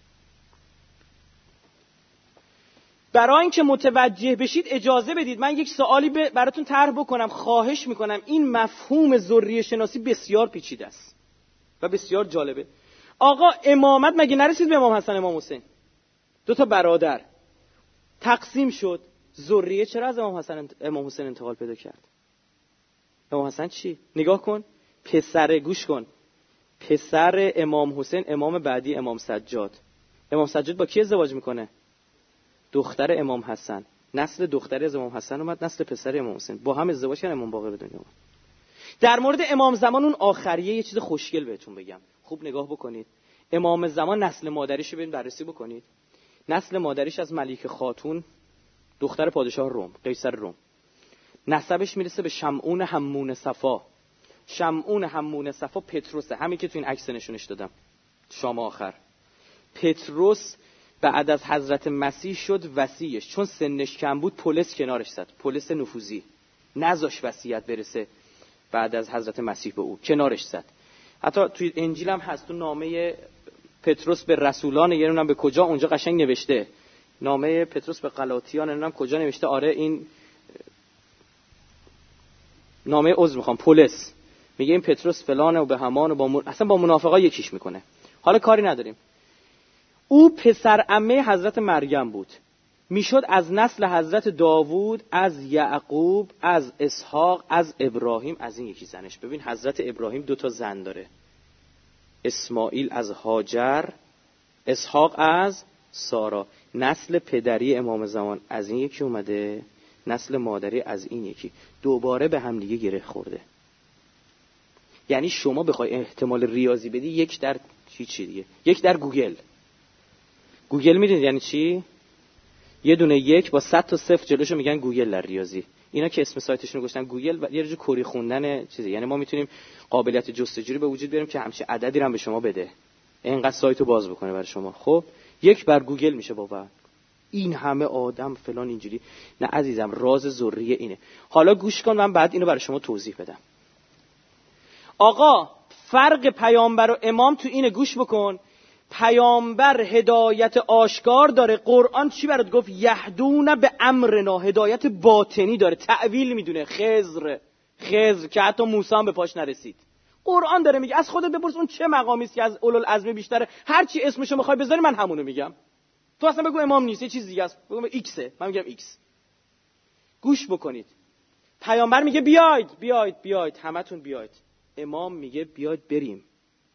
برای اینکه متوجه بشید اجازه بدید من یک سوالی براتون طرح بکنم. خواهش میکنم. این مفهوم ذریه شناسی بسیار پیچیده است و بسیار جالبه. آقا امامت مگه نرسید به امام حسن امام حسین؟ 2 برادر تقسیم شد. ذریه چرا از امام حسین انتقال پیدا کرد؟ امام حسن چی؟ نگاه کن، پسر، گوش کن، پسر امام حسین، امام بعدی امام سجاد. امام سجاد با کی ازدواج میکنه؟ دختر امام حسن. نسل دختری از امام حسن اومد، نسل پسر امام حسین، با هم ازدواج کردن، امام باقر به دنیا اومد. در مورد امام زمان اون آخریه یه چیز خوشگل بهتون بگم، خوب نگاه بکنید. امام زمان نسل مادریشو برید بررسی بکنید. نسل مادریش از ملیکه خاتون، دختر پادشاه روم، قیصر روم. نسبش میرسه به شمعون حمون صفا. شمعون حمون صفا پتروسه، همین که تو این عکس نشونش دادم شام آخر. پتروس بعد از حضرت مسیح شد وصیش، چون سنش کم بود پولس کنارش زد، پولس نفوذی، نذاش وصیت برسه بعد از حضرت مسیح به او، کنارش زد. حتی توی انجیل هم هست، تو نامه پتروس به رسولان، یه نمیدونم به کجا، اونجا قشنگ نوشته، نامه پتروس به غلاطیان نمیدونم کجا نوشته، آره این نامه پولس میگه این پتروس فلانه و به همان و اصلا با منافقا یکیش میکنه. حالا کاری نداریم. او پسر عمه حضرت مریم بود، میشد از نسل حضرت داوود، از یعقوب، از اسحاق، از ابراهیم، از این یکی زنش. ببین حضرت ابراهیم 2 زن داره، اسماعیل از هاجر، اسحاق از سارا. نسل پدری امام زمان از این یکی اومده، نسل مادری از این یکی، دوباره به هم دیگه گره خورده. یعنی شما بخوای احتمال ریاضی بدی 1 در چی دیگه، 1 در گوگل میدونید یعنی چی؟ یه دونه 1 با 100 تا 0 جلوشو میگن گوگل در ریاضی. اینا که اسم سایتشون رو گذاشتن گوگل و یه جور کری خوندن چیزی. یعنی ما میتونیم قابلیت جستجوی به وجود بیاریم که همچین عددی رو هم به شما بده، اینقدر سایتو باز بکنه برای شما. خب 1 بر گوگل میشه بابا. این همه آدم فلان اینجوری. نه عزیزم، راز ذریه اینه. حالا گوش کن، من بعد اینو برای شما توضیح بدم. آقا فرق پیامبر و امام تو اینه، گوش بکن. پیامبر هدایت آشکار داره، قرآن چی برات گفت؟ یهدون به امرنا، هدایت باطنی داره، تعویل میدونه. خضر که حتی موسی هم به پاش نرسید. قرآن داره میگه از خودت بپرس اون چه مقامی است که از اولوالعزم بیشتره، هر چی اسمشو میخوای بذاری من همونو میگم. تو اصلا بگو امام نیست، یه چیز دیگه است، بگو ایکسه، من میگم ایکس. گوش بکنید. پیامبر میگه بیاید همتون بیاید. امام میگه بیاید بریم.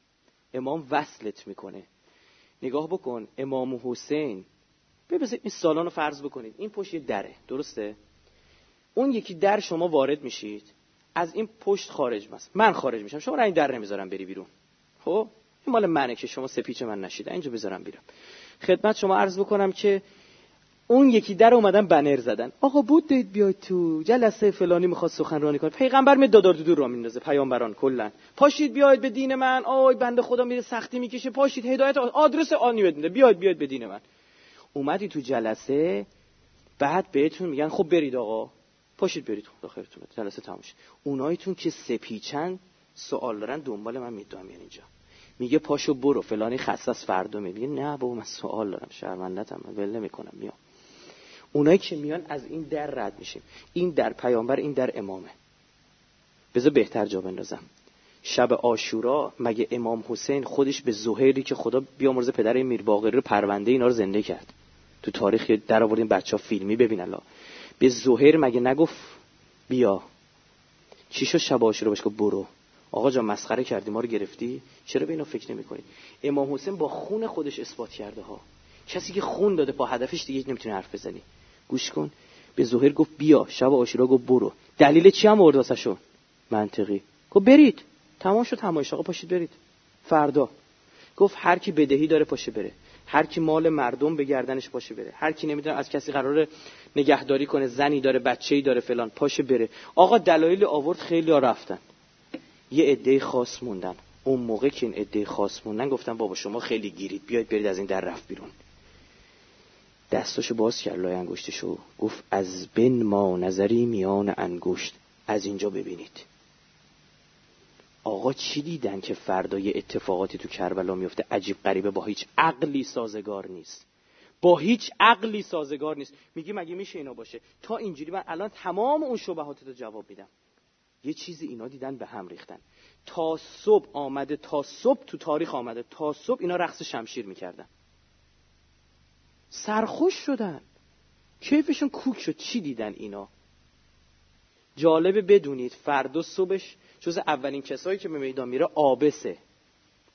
امام وصلت میکنه. نگاه بکن، امام حسین، ببینید این سالانو فرض بکنید، این پشت یه دره، درسته؟ اون یکی در شما وارد میشید، از این پشت خارج میشید، من خارج میشم، شما را این در نمیذارم بری بیرون. خب این مال منه که شما سپیچ من نشید، اینجا بذارم بیرم. خدمت شما عرض بکنم که اون یکی در اومدن بنر زدن، آقا بود دید بیاید تو جلسه فلانی میخواد سخنرانی کنه. پیغمبر می دادار دودور را میندازه، پیامبران کلا پاشید بیاید به دین من، آی بنده خدا میره سختی میکشه، پاشید هدایت آدرس آنی میده، بیاید به دین من. اومدی تو جلسه، بعد بهتون میگن خب برید آقا، پاشید برید خدا خیرتون بده، جلسه تموم شد. اونایتون که سپیچن سوال دارن دنبال من میدوام اینجا، میگه پاشو برو فلانی خصص فردا میگه نه بابا من سوال دارم، شرمنده‌ام، من ول نمیکنم میام. اونایی که میان از این در رد میشیم. این در پیامبر، این در امامه. بذار بهتر جا بندازم. شب عاشورا مگه امام حسین خودش به زهیری که خدا بیامرزه پدر میر باقری رو پرونده اینا رو زنده کرد، تو تاریخ در آوردین بچه‌ها فیلمی ببین الله، به زهیر مگه نگفت بیا؟ چی شد شب عاشورا بهش گفت برو؟ آقا جان مسخره کردی، ما رو گرفتی، چرا به اینا فکر نمی‌کنی؟ امام حسین با خون خودش اثبات کرده ها. کسی که خون داده با هدفش دیگه نمیتونه حرف بزنی. گوش کن، به زهیر گفت بیا، شب عاشورا گفت برو. دلیل چی هم آورد واسهشون؟ منطقی. گفت برید، تمام شد همایش، آقا پاشید برید. فردا گفت هر کی بدهی داره پاشه بره، هر کی مال مردم به گردنش پاشه بره، هر کی نمیدونه از کسی قراره نگهداری کنه، زنی داره بچه‌ای داره فلان، پاشه بره. آقا دلایل آورد، خیلی‌ها رفتن، یه عده خاص موندن. اون موقع که این عده خاص موندن گفتن بابا شما خیلی گیرید، بیاید برید از این در رفت بیرون. دستاشو باز کرد لای انگشتشو، گفت از بن ما نظری میان انگشت، از اینجا ببینید. آقا چی دیدن که فردا یه اتفاقاتی تو کربلا میفته عجیب غریبه، با هیچ عقلی سازگار نیست، با هیچ عقلی سازگار نیست. میگی مگه میشه اینا باشه؟ تا اینجوری من الان تمام اون شبهاتو جواب میدم. یه چیزی اینا دیدن به هم ریختن. تا صبح آمده، تا صبح تو تاریخ آمده، تا صبح اینا رقص شمشیر میکردن، سرخوش شدن، کیفشون کوک شد. چی دیدن اینا؟ جالبه بدونید فردا صبحش جز اولین کسایی که به میدان میره عابسه.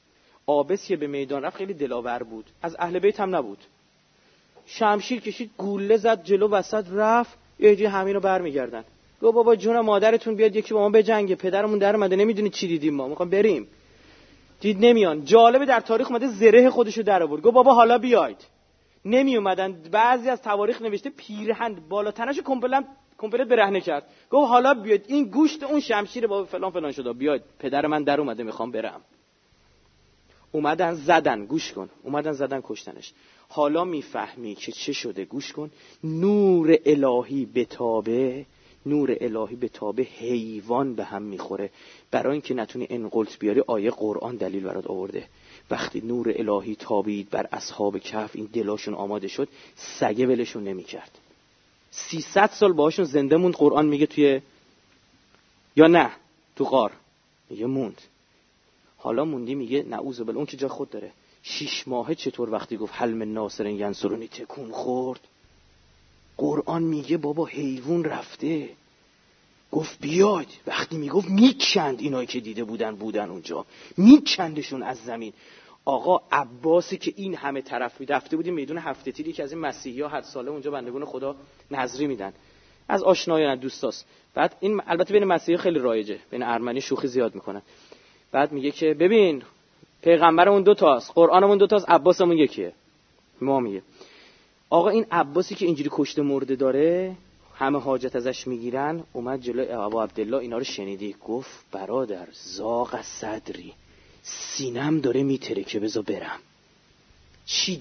عابس که به میدان رفت خیلی دلاور بود، از اهل بیت هم نبود. شمشیر کشید، گوله زد جلو، وسط رفت، یه همین رو برمیگردن. گفت بابا جون مادرتون بیاد یکی با ما بجنگه، پدرمون در اومده، نمیدونید چی دیدیم، ما میخوام بریم. دید نمیان. جالبه در تاریخ اومده زره خودشو در آورد. گفت بابا حالا بیاید. نمی اومدن. بعضی از تواریخ نوشته پیرهن بالا تنشو کمپلت برهنه کرد. گفت حالا بیاید، این گوشت اون شمشیر بابا فلان فلان شده، بیاید پدر من در اومده میخوام برم. اومدن زدن، گوش کن، اومدن زدن کشتنش. حالا میفهمی که چه شده، گوش کن. نور الهی بتابه، نور الهی بتابه، حیوان به هم میخوره. برای اینکه نتونی انقلت بیاری، آیه قرآن دلیل برات آورده. وقتی نور الهی تابید بر اصحاب کهف، این دلاشون آماده شد، سگه ولشون نمیکرد. 300 سال باهاشون زنده موند. قرآن میگه توی، یا نه تو غار میگه موند. حالا موندی میگه نعوذ بالله، اون که جا خود داره. 6 ماهه چطور وقتی گفت حل من ناصر ینصرونی تکون خورد. قرآن میگه بابا حیوان رفته، گفت بیاید. وقتی میگفت میکند، اینایی که دیده بودن اونجا، میکندشون از زمین. آقا عباسی که این همه طرف رفته بودیم میدون هفته تیری که از این مسیحی‌ها حد ساله اونجا بندگان خدا نظری میدن، از آشنایان دوستاست. بعد این البته بین مسیحی‌ها خیلی رایجه، بین ارمنی شوخی زیاد میکنن. بعد میگه که ببین پیغمبرمون 2 تاست، قرآنمون 2 تاست، عباسمون یکیه. ما میگه آقا این عباسی که اینجوری کشته مرده داره، همه حاجت ازش میگیرن، اومد جلوی ابا عبدالله، اینا رو شنیدی؟ گفت برادر زاغ صدری، سینم داره میترکه، بذار برم. چی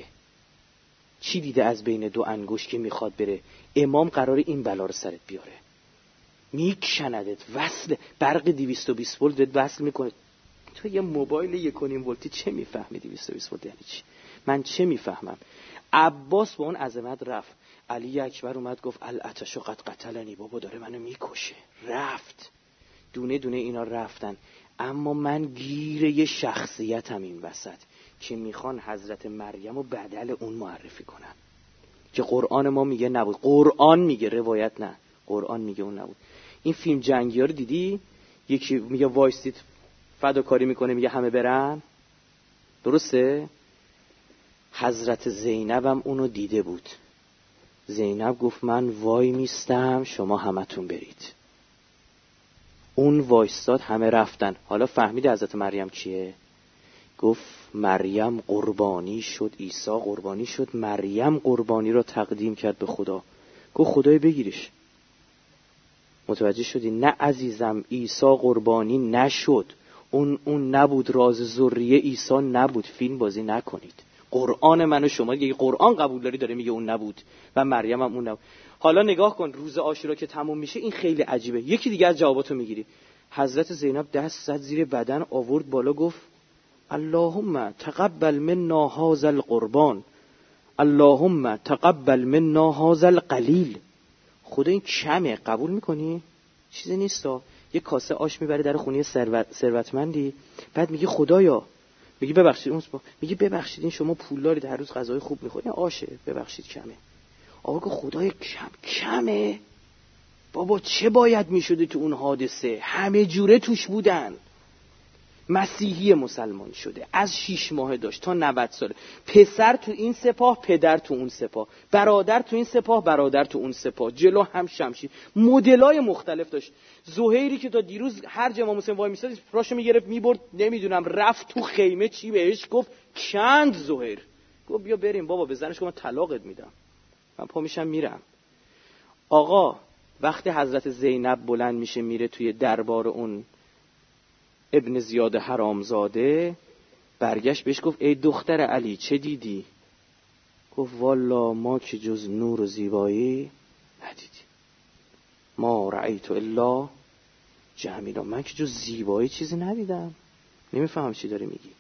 دیده از بین 2 انگشت که میخواد بره؟ امام قراره این بلا رو سرت بیاره، میکشندت، وصل برق 220 ولت وصل میکنه. تو یه موبایل 1.5 ولتی چه میفهمی 220 ولت یعنی چی؟ من چه میفهمم؟ عباس با اون عظمت رفت. علی اکبر اومد گفت العطش قد قتلنی، بابا داره منو میکشه. رفت، دونه دونه اینا رفتن. اما من گیر یه شخصیتم این وسط که میخوان حضرت مریم رو بدل اون معرفی کنن که قرآن ما میگه نبود. قرآن میگه، روایت نه، قرآن میگه اون نبود. این فیلم جنگی ها رو دیدی؟ یکی میگه وایستید فداکاری میکنه، میگه همه برن، درسته؟ حضرت زینب هم اونو دیده بود. زینب گفت من وای میستم، شما همتون برید. اون وایستاد، همه رفتن. حالا فهمید حضرت مریم چیه؟ گفت مریم قربانی شد، عیسی قربانی شد، مریم قربانی را تقدیم کرد به خدا. گفت خدای بگیرش. متوجه شدی؟ نه عزیزم، عیسی قربانی نشد. اون نبود، راز ذریه عیسی نبود. فیلم بازی نکنید. قرآن من و شما دیگه قرآن قبول داری داره میگه اون نبود و مریم هم اون نبود. حالا نگاه کن، روز عاشورا که تموم میشه، این خیلی عجیبه. یکی دیگه از جواباتو میگیری. حضرت زینب دست زد زیر بدن، آورد بالا، گفت اللهم تقبل منا هذا القربان، اللهم تقبل منا هذا القلیل. خدا این کمه، قبول میکنی؟ چیزی نیستا. یه کاسه آش میبره در خونه ثروتمندی، بعد میگه خدایا، میگه ببخشید، اون میگه ببخشید این شما پولدارید، هر روز غذای خوب میخورید، این آشه، ببخشید کمه. آقا خدای کمه؟ بابا چه باید میشده تو اون حادثه؟ همه جوره توش بودن. مسیحی مسلمان شده، از 6 ماه داشت تا 90 ساله، پسر تو این سپاه، پدر تو اون سپاه، برادر تو این سپاه، برادر تو اون سپاه، جلو هم شمشیر، مدلای مختلف داشت. زهیری که تا دیروز هر جا امام حسین وای میساد راشو میگرفت میبرد، نمیدونم رفت تو خیمه چی بهش گفت، کند زهیر. گفت بیا بریم بابا، به زنش گفت من طلاقت میدم، من پا میشم میرم. آقا وقتی حضرت زینب بلند میشه میره توی دربار اون ابن زیاد حرامزاده، برگشت بهش گفت ای دختر علی چه دیدی؟ گفت والا ما که جز نور و زیبایی ندیدیم، ما رأیت الا جمیلا، من که جز زیبایی چیزی ندیدم. نمیفهم چی داره میگی.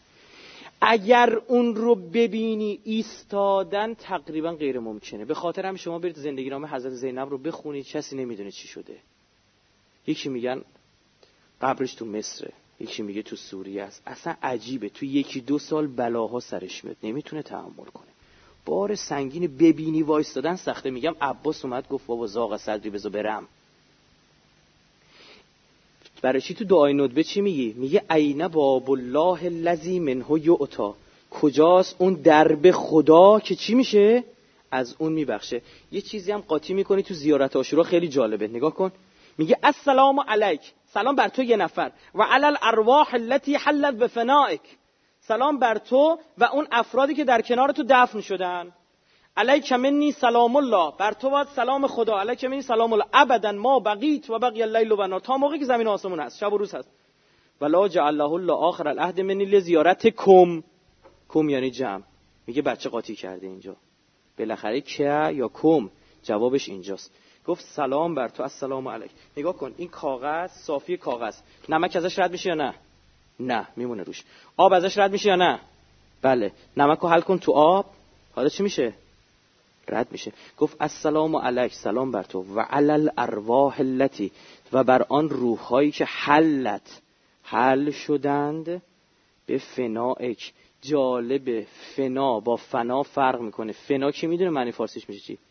اگر اون رو ببینی ایستادن تقریبا غیر ممکنه. به خاطر هم شما برید زندگی نامه حضرت زینب رو بخونید، کسی نمیدونه چی شده. یکی میگن قبرش تو مصره، یکی میگه تو سوریه است. اصلا عجیبه، تو 1-2 سال بلاها سرش میاد، نمیتونه تحمل کنه. بار سنگین ببینی وایستادن سخته. میگم عباس اومد گفت بابا زاغ صدری بذار برم. برای چی تو دعای ندبه چی میگی؟ میگه عین باب الله الذی منه یعطی، کجاست اون درب خدا که چی میشه؟ از اون میبخشه. یه چیزی هم قاطی میکنی تو زیارت عاشورا خیلی جالبه، نگاه کن. میگه السلام علیک، سلام بر تو یه نفر، و علی الارواح التي حلت بفنائک، سلام بر تو و اون افرادی که در کنار تو دفن شدن. علیک منی سلام الله، بر تو باید سلام خدا، علیک منی سلام الله ابدا ما بقیت و بقی اللیل و النهار، تا موقعی که زمین و آسمون هست، شب و روز هست. ولا جعله الله آخر العهد منی لزیارتکم، کم یعنی جمع. میگه بچه قاطی کرده اینجا، بالاخره که یا کم جوابش اینجاست. گفت سلام بر تو، السلام علیک. نگاه کن این کاغذ، صافی کاغذ، نمک ازش رد میشه یا نه؟ نه، میمونه روش. آب ازش رد میشه یا نه؟ بله. نمک رو حل کن تو آب، حالا چی میشه؟ رد میشه. گفت السلام علیک، سلام بر تو، و علی الارواح التی، و بر آن روحایی که حل شدند به فنائک. جالب، فنا با فنا فرق میکنه. فنا کی میدونه معنی فارسیش میشه چی؟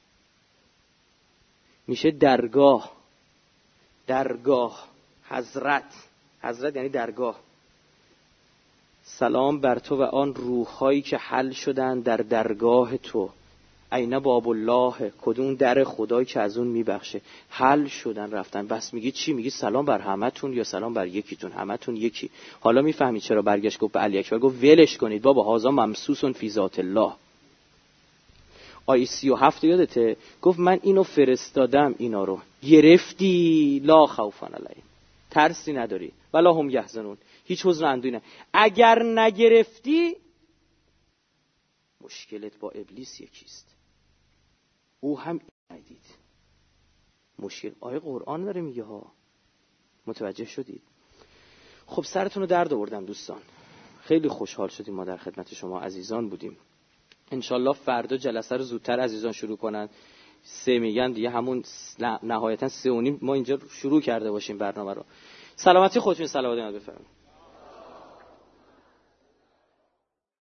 میشه درگاه، حضرت یعنی درگاه. سلام بر تو و آن روحایی که حل شدن در درگاه تو. عین باب الله، کدوم در خدایی که از اون میبخشه. حل شدن رفتن. بس میگی چی؟ میگی سلام بر همتون یا سلام بر یکیتون؟ همتون یکی. حالا میفهمی چرا برگشت گفت به علی اکبر، گفت ولش کنید بابا، هازا ممسوسون فی ذات الله. آیه 37 یادته؟ گفت من اینو فرستادم، اینا رو گرفتی، لا خوفان علیهم، ترسی نداری، ولا هم یحزنون، هیچ حزن و اندوهی نه. اگر نگرفتی مشکلت با ابلیس یکیست، او هم ندید. مشکل آیه قرآن داره میگه ها، متوجه شدید؟ خب سرتون رو درد آوردم دوستان، خیلی خوشحال شدیم ما در خدمت شما عزیزان بودیم. انشالله فردا جلسه رو زودتر عزیزان شروع کنن. 3 میگن دیگه، همون نهایتا 3:30 ما اینجا شروع کرده باشیم برنامه رو. سلامتی خودتون، سلامت بفرمایید.